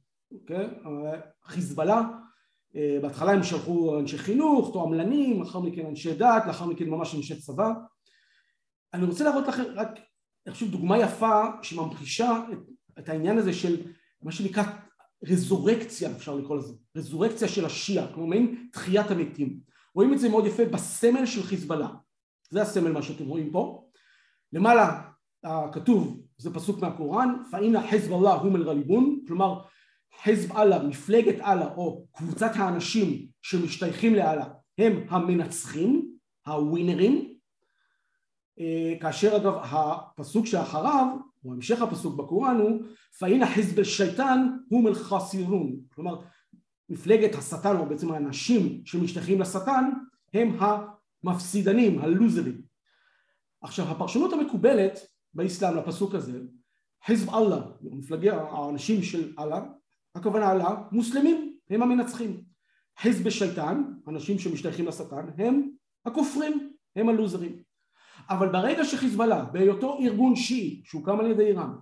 חיזבאללה, בהתחלה הם שלחו אנשי חינוך, תועמלנים, לאחר מכן אנשי דת, לאחר מכן ממש אנשי צבא. אני רוצה להראות לכם רק, אני חושב, דוגמה יפה שממחישה את העניין הזה של מה שנקרא רזורקציה, אפשר לקרוא לזה, רזורקציה של השיעה, כמו מעין תחיית המתים. רואים את זה מאוד יפה בסמל של חיזבאללה. זה הסמל מה שאתם רואים פה. למעלה כתוב, זה פסוק מהקוראן, פאינה חזב אללה הום אל-גליבון, כלומר חזב אללה, מפלגת אללה או קבוצת האנשים שמשתייכים לאללה הם המנצחים, הווינרים, כאשר אגב הפסוק שאחריו, או המשך הפסוק בקוראן הוא פאינה חזב אל-שייטן הום אל-חסירון, כלומר מפלגת השטן או בעצם האנשים שמשתייכים לשטן הם המפסידנים, הלוזרים. עכשיו הפרשנות המקובלת באסלאם לפסוק הזה, חזב אללה, מפלגי האנשים של אללה, הכוונה אללה, מוסלמים, הם המנצחים. חזב השייטן, אנשים שמשתייכים לשטן, הם הכופרים, הם הלוזרים. אבל ברגע שחיזבאללה, בהיותו ארגון שיעי, שהוקם על ידי איראן,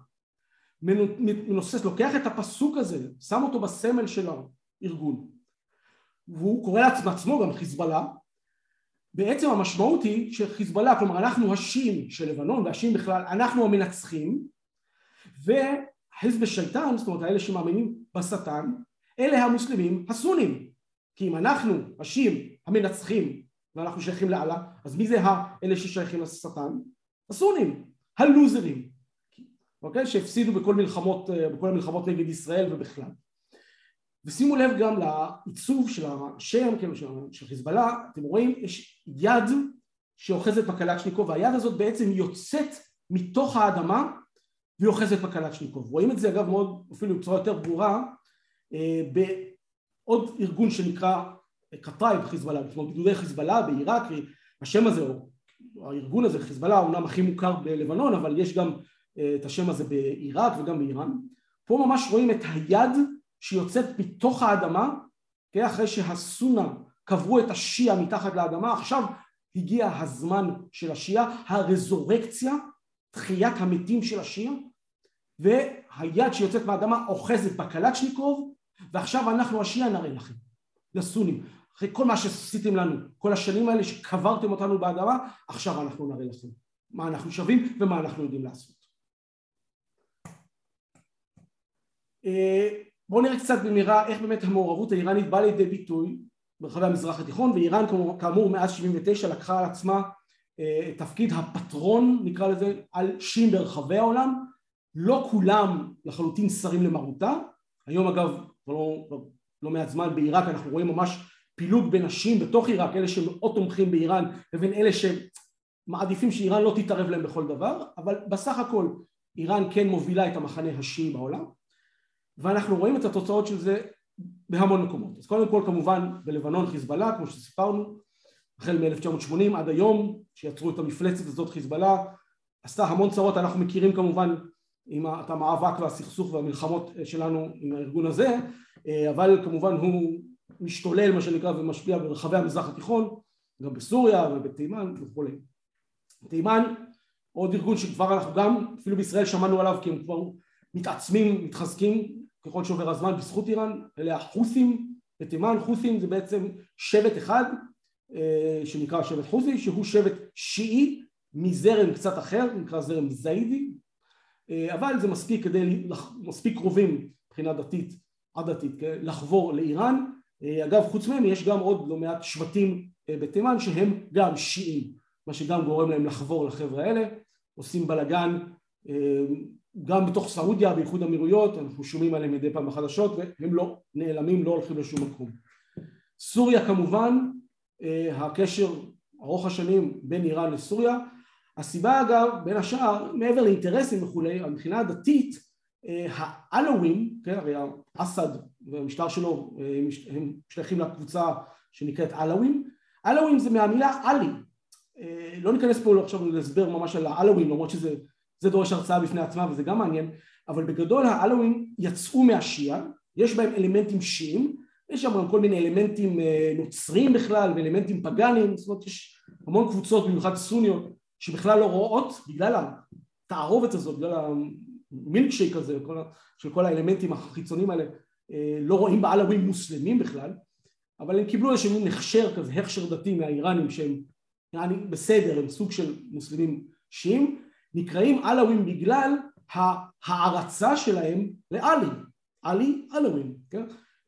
לוקח את הפסוק הזה, שם אותו בסמל של הארגון, והוא קורא לעצמו גם חיזבאללה, בעצם המשמעות היא שחיזבאללה, כלומר אנחנו השיעים של לבנון, והשיעים בכלל, אנחנו המנצחים, וחזב השייטן, זאת אומרת האלה שמאמינים בשטן, אלה המוסלמים הסונים. כי אם אנחנו השיעים המנצחים, ואנחנו שייכים לאללה, אז מי זה אלה ששייכים לשטן? הסונים, הלוזרים, אוקיי? שהפסידו בכל המלחמות נגד ישראל ובכלל. ושימו לב גם לעיצוב של השם, של חיזבאללה, אתם רואים, יש יד שאוחזת בקלצ'ניקוב, והיד הזאת בעצם יוצאת מתוך האדמה ואוחזת בקלצ'ניקוב. רואים את זה אגב מאוד, אפילו בצורה יותר ברורה, בעוד ארגון שנקרא קטאיב חיזבאללה, זאת אומרת גדודי חיזבאללה בעיראק, השם הזה, או הארגון הזה, חיזבאללה, אומנם הכי מוכר בלבנון, אבל יש גם את השם הזה בעיראק וגם באיראן. פה ממש רואים את היד שיוצאת מתוך האדמה, אחרי שהסונה קברו את השיעה מתחת לאדמה, עכשיו הגיע הזמן של השיעה, הרזורקציה, תחיית המתים של השיעה, והיד שיוצאת מהאדמה אוחזת בקלצ'ניקוב, ועכשיו אנחנו השיעה נראה לכם, לסונים, אחרי כל מה שעשיתם לנו, כל השנים האלה שקברתם אותנו באדמה, עכשיו אנחנו נראה לכם מה אנחנו שווים ומה אנחנו יודעים לעשות. בואו נראה קצת במהרה איך באמת המעורבות האיראנית באה לידי ביטוי ברחבי המזרח התיכון, ואיראן כאמור מאז 79 לקחה על עצמה תפקיד הפטרון, נקרא לזה, על שיעים ברחבי העולם, לא כולם לחלוטין שרים למרותה, היום אגב לא מעט זמן בעיראק אנחנו רואים ממש פילוג בין השיעים בתוך עיראק, אלה שמאוד תומכים באיראן לבין אלה שמעדיפים שאיראן לא תתערב להם בכל דבר, אבל בסך הכל איראן כן מובילה את המחנה השיעי בעולם, ואנחנו רואים את התוצאות של זה בהמון מקומות. אז קודם כל כמובן בלבנון חיזבאללה, כמו שסיפרנו, החל מ-1980 עד היום, שיצרו את המפלצת הזאת חיזבאללה, עשתה המון צרות, אנחנו מכירים כמובן את המאבק והסכסוך והמלחמות שלנו עם הארגון הזה, אבל כמובן הוא משתולל מה שנקרא ומשפיע ברחבי המזרח התיכון, גם בסוריה ובתימן וכו'. תימן, עוד ארגון שכבר אנחנו גם, אפילו בישראל שמענו עליו כי הם כבר מתעצמים, מתחזקים, ככל שעובר הזמן בזכות איראן, אלה החות'ים בתימן. חות'ים זה בעצם שבט אחד שנקרא שבט חות'י, שהוא שבט שיעי מזרם קצת אחר, נקרא זרם זיידי, אבל זה מספיק קרובים מבחינה דתית, עדתית, לחבור לאיראן. אגב חוץ מהם יש גם עוד לא מעט שבטים בתימן שהם גם שיעים, מה שגם גורם להם לחבור לחבר'ה האלה, עושים בלגן, גם בתוך סעודיה, באיחוד האמירויות, אנחנו שומעים עליהם מדי פעם בחדשות, והם לא נעלמים, לא הולכים לשום מקום. סוריה כמובן, הקשר ארוך השנים בין איראן לסוריה, הסיבה אגב, בין השאר, מעבר לאינטרסים וכולי, מבחינה הדתית, העלווים, הרי אסד והמשטר שלו, הם משתייכים לקבוצה שנקראת עלווים, עלווים זה מהמילה עלי, לא ניכנס פה עכשיו להסבר ממש על העלווים, למרות שזה דורש הרצאה בפני עצמה וזה גם מעניין, אבל בגדול העלווים יצאו מהשיעה, יש בהם אלמנטים שיעים, יש שם גם כל מיני אלמנטים נוצרים בכלל ואלמנטים פגאנים, זאת אומרת יש המון קבוצות במיוחד סוניות שבכלל לא רואות בגלל התערובת הזאת, בגלל המילקשייק הזה של כל האלמנטים החיצוניים האלה, לא רואים בעלווים מוסלמים בכלל, אבל הם קיבלו איזשהו הכשר כזה, הכשר דתי מהאיראנים שהם בסדר, הם סוג של מוסלמים שיעים, נקראים עלווים בגלל ההערצה שלהם לעלי, עלי עלווים, כן?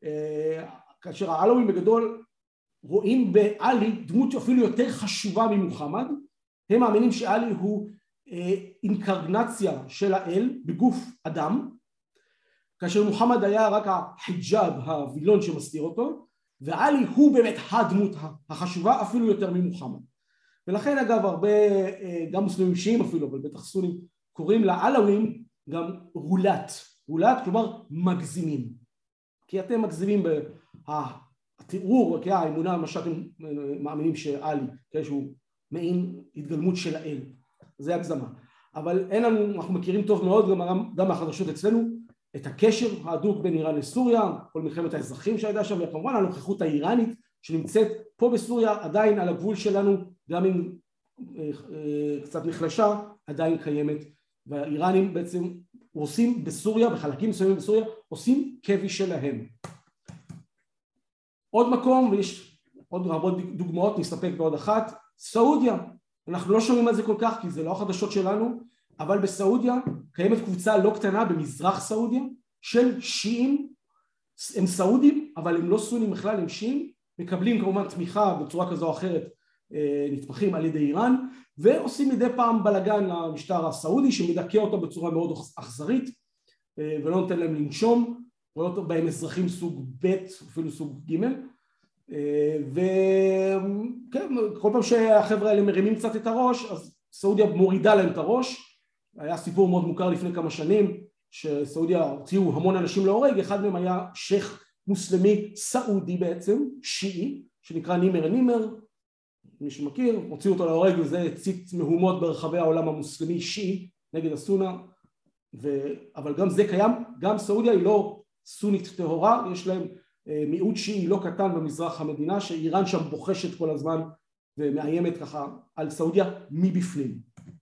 כאשר העלווים בגדול רואים בעלי דמות אפילו יותר חשובה ממוחמד, הם מאמינים שעלי הוא אינקרנציה של האל בגוף אדם, כאשר מוחמד היה רק החיג'אב, הווילון שמסתיר אותו, ועלי הוא באמת הדמות החשובה אפילו יותר ממוחמד. ולכן אגב הרבה, גם מוסלמים שיעים אפילו, אבל בטח סונים, קוראים לעלווים גם רולת, כלומר מגזימים, כי אתם מגזימים בתיאור, האמונה, מה שאתם מאמינים שעלי, שהוא מעין התגלמות של האל, זה הגזמה. אבל אין לנו, אנחנו מכירים טוב מאוד גם מהחדשות אצלנו, את הקשר ההדוק בין איראן לסוריה, כל מלחמת האזרחים שהייתה שם, וכמובן הנוכחות האיראנית שנמצאת פה בסוריה, עדיין על הגבול שלנו, גם אם קצת נחלשה, עדיין קיימת, והאיראנים בעצם עושים בסוריה, בחלקים מסוימים בסוריה, עושים קבי שלהם. עוד מקום, ויש עוד רבות דוגמאות, נסתפק בעוד אחת, סעודיה. אנחנו לא שומעים על זה כל כך, כי זה לא החדשות שלנו, אבל בסעודיה קיימת קבוצה לא קטנה במזרח סעודיה, של שיעים, הם סעודים, אבל הם לא סונים בכלל, הם שיעים, מקבלים כמובן תמיכה בצורה כזו או אחרת, נתמכים על ידי איראן, ועושים מדי פעם בלגן למשטר הסעודי, שמדכא אותו בצורה מאוד אכזרית, ולא נותן להם לנשום, רואה אותו בהם אזרחים סוג ב' אפילו סוג ג', וכן, כל פעם שהחבר'ה האלה מרימים קצת את הראש, אז סעודיה מורידה להם את הראש. היה סיפור מאוד מוכר לפני כמה שנים, שסעודיה הוציאו המון אנשים להורג, אחד מהם היה שייך מוסלמי סעודי בעצם, שיעי, שנקרא נימר, מי שמכיר, הוציאו אותו להורג, וזה הצית מהומות ברחבי העולם המוסלמי שיעי נגד הסונה, אבל גם זה קיים, גם סעודיה היא לא סונית טהורה, יש להם מיעוט שיעי לא קטן במזרח המדינה, שאיראן שם בוחשת כל הזמן ומאיימת ככה על סעודיה מבפנים.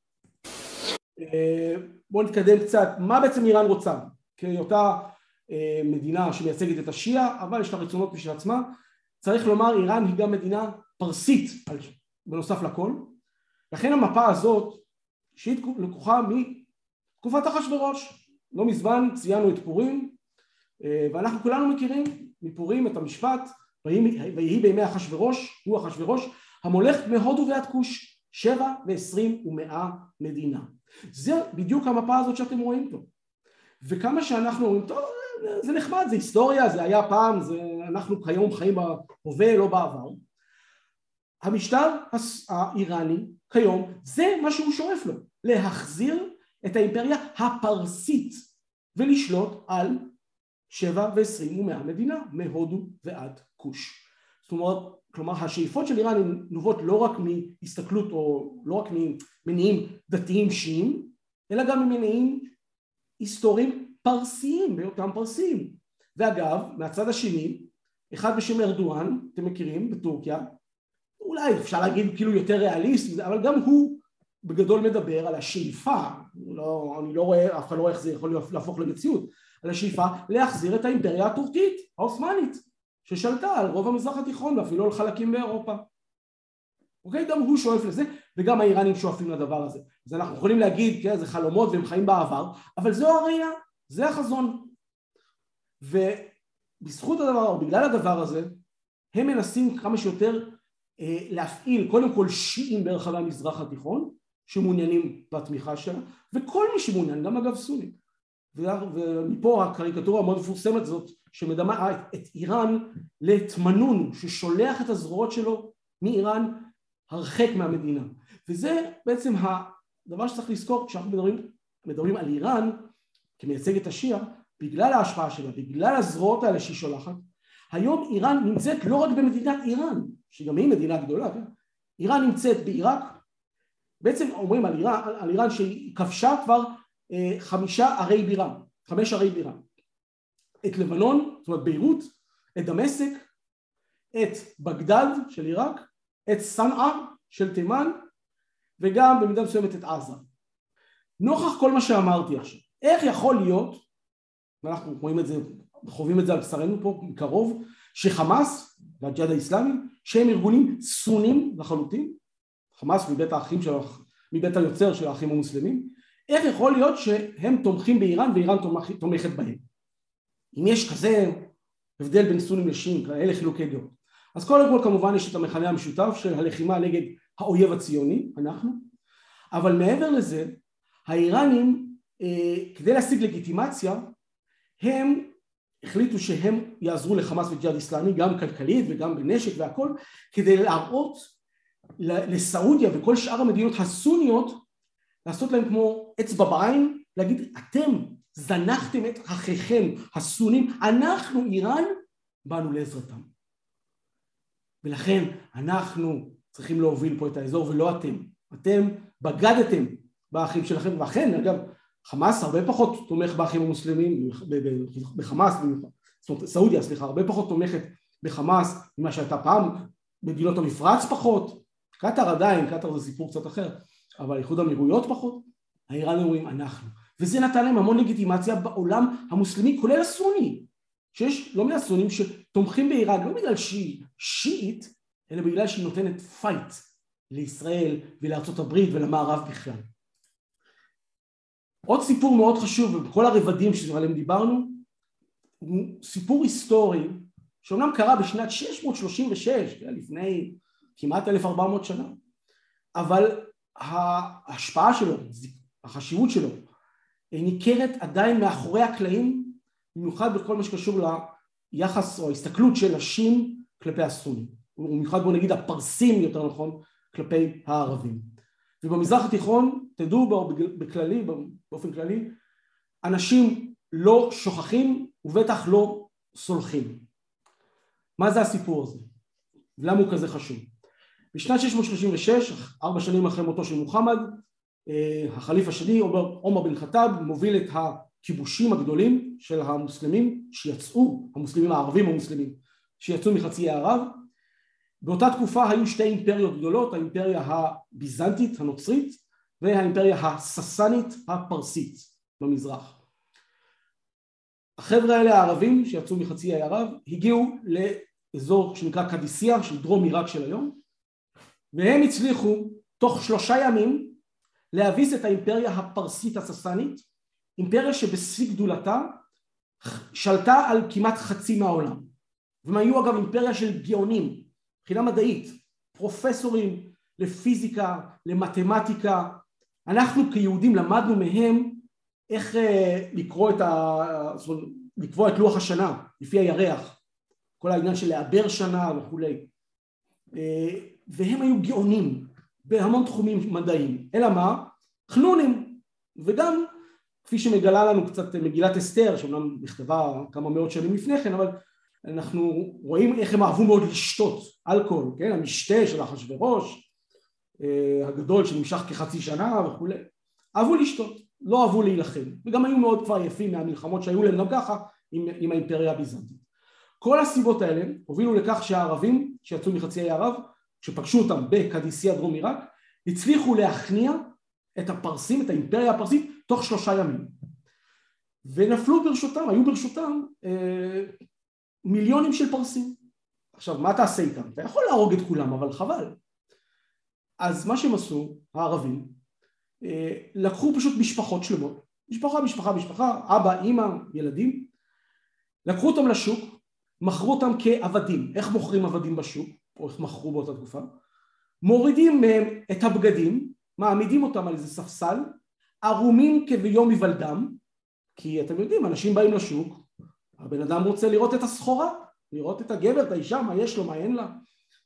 בואו נתקדם קצת, מה בעצם איראן רוצה? כאותה מדינה שמייצגת את השיעה, אבל יש לה רצונות בשביל עצמה, צריך לומר איראן היא גם מדינה פרסית בנוסף לכל, לכן המפה הזאת שהיא לקוחה מתקופת אחשוורוש, לא מזמן ציינו את פורים, ואנחנו כולנו מכירים מפורים את המשפט ויהי בימי אחשוורוש, הוא אחשוורוש המולך מהודו ועד כוש 7 ו20 ו100 מדינה. זה בדיוק המפה הזאת שאתם רואים פה, וכמה שאנחנו רואים טוב זה נחמד, זה היסטוריה, זה היה פעם, אנחנו כיום חיים בהווה לא בעבר. המשטר האיראני כיום זה מה שהוא שואף לו, להחזיר את האימפריה הפרסית ולשלוט על 7 ו20 ו100 מדינה, מהודו ועד כוש. זאת אומרת, כלומר השאיפות של איראן הן נובעות לא רק מהסתכלות או לא רק ממניעים דתיים שיעים, אלא גם ממניעים היסטוריים פרסיים, באותם פרסיים. ואגב, מהצד השני, אחד בשם ארדואן, אתם מכירים, בטורקיה, אולי אפשר להגיד כאילו יותר ריאליסט, אבל גם הוא בגדול מדבר על השאיפה, אני לא רואה, אף אחד לא רואה איך זה יכול להפוך למציאות, על השאיפה להחזיר את האימפריה הטורקית, העות'מאנית, ששלטה על רוב המזרח התיכון ואפילו על חלקים באירופה. אוקיי, גם הוא שואף לזה, וגם האיראנים שואפים לדבר הזה. אז אנחנו יכולים להגיד, כן, זה חלומות והם חיים בעבר, אבל זו הראייה, זה החזון. ובזכות הדבר, או בגלל הדבר הזה, הם מנסים כמה שיותר להפעיל קודם כל שיעים ברחבי המזרח התיכון, שמעוניינים בתמיכה שלה, וכל מי שמעוניין, גם אגב סונים. ומפה הקריקטורה המאוד מפורסמת זאת, שמדמה את איראן לתמנון, ששולח את הזרועות שלו מאיראן הרחק מהמדינה. וזה בעצם הדבר שצריך לזכור, כשאנחנו מדברים על איראן, כמייצגת השיעה, בגלל ההשפעה שלה, בגלל הזרועות האלה שהיא שולחת, היום איראן נמצאת לא רק במדינת איראן, שגם היא מדינה גדולה, כן? איראן נמצאת בעיראק, בעצם אומרים על איראן שהיא כבשה כבר 5 ערי בירה, את לבנון, זאת אומרת ביירות, את דמשק, את בגדד של עיראק, את סנעה של תימן, וגם במידה מסוימת את עזה. נוכח כל מה שאמרתי עכשיו, איך יכול להיות, ואנחנו רואים את זה, חווים את זה על בשרנו פה מקרוב, שחמאס והג'יהאד האסלאמי, שהם ארגונים סונים לחלוטין, חמאס מבית היוצר של האחים המוסלמים, איך יכול להיות שהם תומכים באיראן ואיראן תומכת בהם? אם יש כזה הבדל בין סונים לשיעים, כאלה חילוקי דעות. אז קודם כל כמובן יש את המכנה המשותף של הלחימה נגד האויב הציוני, אנחנו, אבל מעבר לזה, האיראנים, כדי להשיג לגיטימציה, הם החליטו שהם יעזרו לחמאס וג'יהאד אסלאמי, גם כלכלית וגם בנשק והכל, כדי להראות לסעודיה וכל שאר המדינות הסוניות, לעשות להם כמו אצבע בעין, להגיד, אתם זנחתם את אחיכם הסונים, אנחנו איראן באנו לעזרתם. ולכן אנחנו צריכים להוביל פה את האזור ולא אתם. אתם בגדתם באחים שלכם, ואכן, אגב, חמאס הרבה פחות תומך באחים המוסלמים, בחמאס, זאת אומרת, סעודיה, סליחה, הרבה פחות תומכת בחמאס ממה שהייתה פעם, מדינות המפרץ פחות, קטר עדיין, קטר זה סיפור קצת אחר, אבל איחוד האמירויות פחות, האיראנים אומרים אנחנו. וזה נתן להם המון לגיטימציה בעולם המוסלמי, כולל הסוני, שיש לא מעט סונים שתומכים באיראן, לא בגלל שהיא שיעית, אלא בגלל שהיא נותנת פייט לישראל ולארצות הברית ולמערב בכלל. עוד סיפור מאוד חשוב, ובכל הרבדים שעליהם דיברנו, הוא סיפור היסטורי, שאומנם קרה בשנת 636, לפני כמעט 1400 שנה, אבל ההשפעה שלו, החשיבות שלו, ניכרת עדיין מאחורי הקלעים, במיוחד בכל מה שקשור ליחס או ההסתכלות של נשים כלפי הסונים, ובמיוחד בוא נגיד הפרסים יותר נכון, כלפי הערבים. ובמזרח התיכון, תדעו בכללי, באופן כללי, אנשים לא שוכחים ובטח לא סולחים. מה זה הסיפור הזה? ולמה הוא כזה חשוב? בשנת 636, 4 שנים אחרי מותו של מוחמד, החליף השני, עומר בן חטאב, מוביל את הכיבושים הגדולים של המוסלמים שיצאו, המוסלמים הערבים המוסלמים, שיצאו מחצי הערב. באותה תקופה היו 2 אימפריות גדולות, האימפריה הביזנטית הנוצרית והאימפריה הססנית הפרסית במזרח. החבר'ה האלה הערבים שיצאו מחצי הערב הגיעו לאזור שנקרא קדיסיה של דרום עיראק של היום, והם הצליחו תוך 3 ימים להביס את האימפריה הפרסית הססנית, אימפריה שבשיא גדולתה שלטה על כמעט חצי מהעולם. והם היו אגב אימפריה של גאונים, מבחינה מדעית, פרופסורים לפיזיקה, למתמטיקה. אנחנו כיהודים למדנו מהם איך לקבוע את לוח השנה לפי הירח, כל העניין של לעבר שנה וכולי. והם היו גאונים בהמון תחומים מדעיים. אלא מה? חנונים. וגם, כפי שמגלה לנו קצת מגילת אסתר, שאומנם נכתבה כמה מאות שנים לפני כן, אבל אנחנו רואים איך הם אהבו מאוד לשתות אלכוהול, כן? המשתה של אחשוורוש הגדול שנמשך כחצי שנה וכולי. אהבו לשתות, לא אהבו להילחם, וגם היו מאוד כבר יפים מהמלחמות שהיו להם גם ככה עם האימפריה הביזנטית. כל הסיבות האלה הובילו לכך שהערבים שיצאו מחצי הערב, כשפגשו אותם בקדיסיה דרום עיראק, הצליחו להכניע את הפרסים, את האימפריה הפרסית, תוך 3 ימים. ונפלו ברשותם, היו ברשותם מיליונים של פרסים. עכשיו, מה תעשה איתם? אתה יכול להרוג את כולם, אבל חבל. אז מה שהם עשו, הערבים, לקחו פשוט משפחות שלמות, משפחה, אבא, אמא, ילדים, לקחו אותם לשוק, מכרו אותם כעבדים. איך מוכרים עבדים בשוק? או איך מכרו באותה תקופה? מורידים מהם את הבגדים, מעמידים אותם על איזה ספסל, ערומים כביום היוולדם, כי אתם יודעים, אנשים באים לשוק, הבן אדם רוצה לראות את הסחורה, לראות את הגבר, את האישה, מה יש לו, מה אין לה.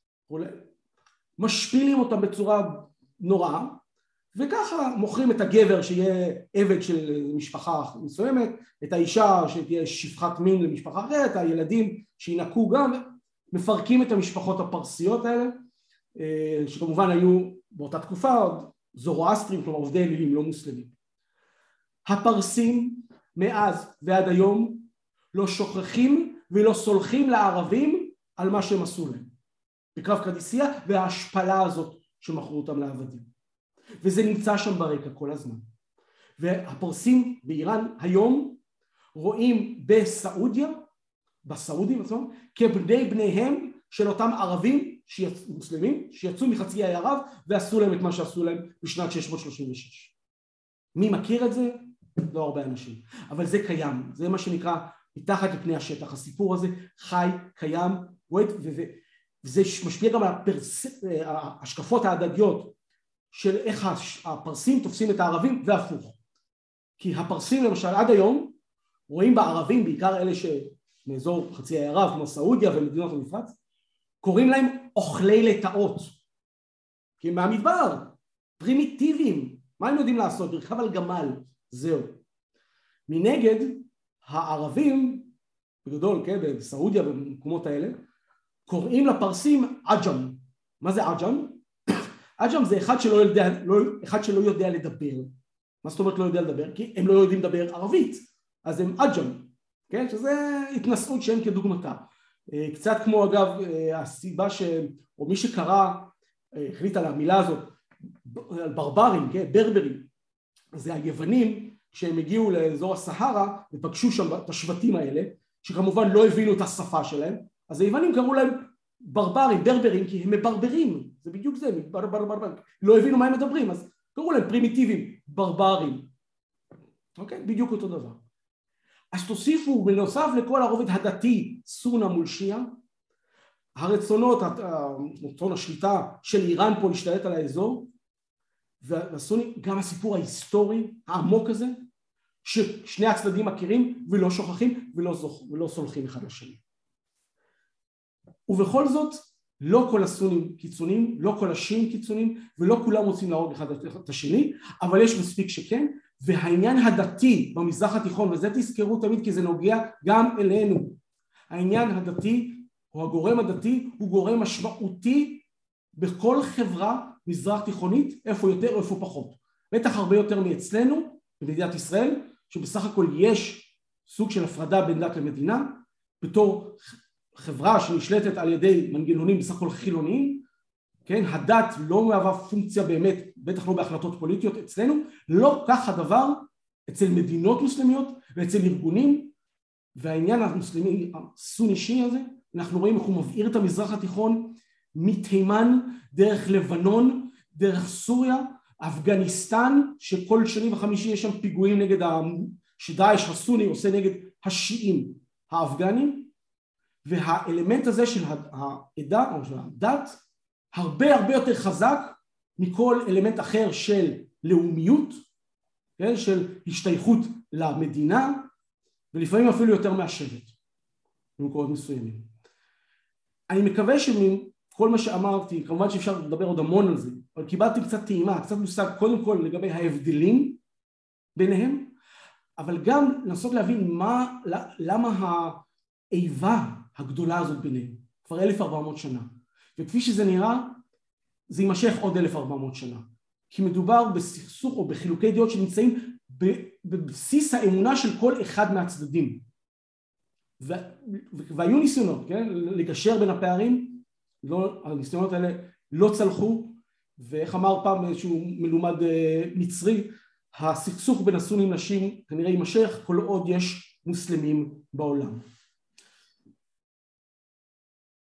משפילים אותם בצורה נוראה, וככה מוכרים את הגבר שיהיה עבד של משפחה מסוימת, את האישה שתהיה שפחת מין למשפחה אחרת, הילדים שינקו גם, מפרקים את המשפחות הפרסיות האלה, שכמובן היו באותה תקופה עוד זורואסטרים, כלומר עובדי אלילים, לא מוסלמים. הפרסים מאז ועד היום לא שוכחים ולא סולחים לערבים על מה שהם עשו להם בקרב קדיסיה, וההשפלה הזאת שמכרו אותם לעבדים. וזה נמצא שם ברקע כל הזמן. והפרסים באיראן היום רואים בסעודיה, בסעודים עצמם, בניהם של אותם ערבים מוסלמים שיצאו מחצי האי ערב ועשו להם את מה שעשו להם בשנת 636. מי מכיר את זה? לא הרבה אנשים. אבל זה קיים, זה מה שנקרא מתחת לפני השטח. הסיפור הזה חי, קיים, וזה משפיע גם על ההשקפות ההדדיות של איך הפרסים תופסים את הערבים והפוך. כי הפרסים למשל עד היום רואים בערבים, בעיקר אלה שמאזור חצי האי ערב כמו סעודיה ומדינות המפרץ, קוראים להם אוכלי לטאות. כי הם מהמדבר, פרימיטיביים, מה הם יודעים לעשות? לרכב על גמל, זהו. מנגד, הערבים, בגדול, כן, בסעודיה ובמקומות האלה, קוראים לפרסים עג'ם. מה זה עג'ם? עג'ם זה אחד שלא יודע לדבר. מה זאת אומרת לא יודע לדבר? כי הם לא יודעים לדבר ערבית, אז הם עג'ם, כן? שזה התנסות שאין כדוגמתה. קצת כמו אגב הסיבה או מי שקרא, החליט על המילה הזאת, על ברברים, כן? ברברים, זה היוונים כשהם הגיעו לאזור הסהרה ופגשו שם את השבטים האלה, שכמובן לא הבינו את השפה שלהם, אז היוונים קראו להם ברברים, ברברים, כי הם מברברים, זה בדיוק זה, לא הבינו מה הם מדברים, אז קראו להם פרימיטיביים, ברברים, אוקיי? בדיוק אותו דבר. אז תוסיפו בנוסף לכל הרובד הדתי, סונה מול שיעה, רצון השליטה של איראן פה להשתלט על האזור, והסוני, גם הסיפור ההיסטורי העמוק הזה, ששני הצדדים מכירים ולא שוכחים ולא סולחים אחד לשני. ובכל זאת, לא כל הסונים קיצונים, לא כל השיעים קיצונים, ולא כולם רוצים להרוג אחד את השני, אבל יש מספיק שכן, והעניין הדתי במזרח התיכון, וזה תזכרו תמיד כי זה נוגע גם אלינו, העניין הדתי, או הגורם הדתי, הוא גורם משמעותי בכל חברה מזרח תיכונית, איפה יותר או איפה פחות. בטח הרבה יותר מאצלנו, במדינת ישראל, שבסך הכל יש סוג של הפרדה בין דת למדינה, בתור חברה שנשלטת על ידי מנגנונים בסך הכל חילוניים, כן, הדת לא מהווה פונקציה באמת, בטח לא בהחלטות פוליטיות אצלנו, לא כך הדבר אצל מדינות מוסלמיות ואצל ארגונים, והעניין המוסלמי הסוני שיעי הזה, אנחנו רואים איך הוא מבעיר את המזרח התיכון מתימן, דרך לבנון, דרך סוריה, אפגניסטן, שכל שני וחמישי יש שם פיגועים נגד, שדאעש הסוני עושה נגד השיעים האפגנים, והאלמנט הזה של העדה או של הדת, הרבה הרבה יותר חזק מכל אלמנט אחר של לאומיות, כן? של השתייכות למדינה, ולפעמים אפילו יותר מהשבט, במקומות מסוימים. אני מקווה שמכל מה שאמרתי, כמובן שאפשר לדבר עוד המון על זה, אבל קיבלתי קצת טעימה, קצת מושג קודם כל לגבי ההבדלים ביניהם, אבל גם לנסות להבין למה האיבה הגדולה הזאת ביניהם, כבר 1400 שנה. וכפי שזה נראה, זה יימשך עוד 1400 שנה. כי מדובר בסכסוך או בחילוקי דעות שנמצאים בבסיס האמונה של כל אחד מהצדדים. והיו ניסיונות, כן? לגשר בין הפערים, הניסיונות האלה לא צלחו, ואיך אמר פעם איזשהו מלומד מצרי, הסכסוך בין הסונים לשיעים כנראה יימשך כל עוד יש מוסלמים בעולם.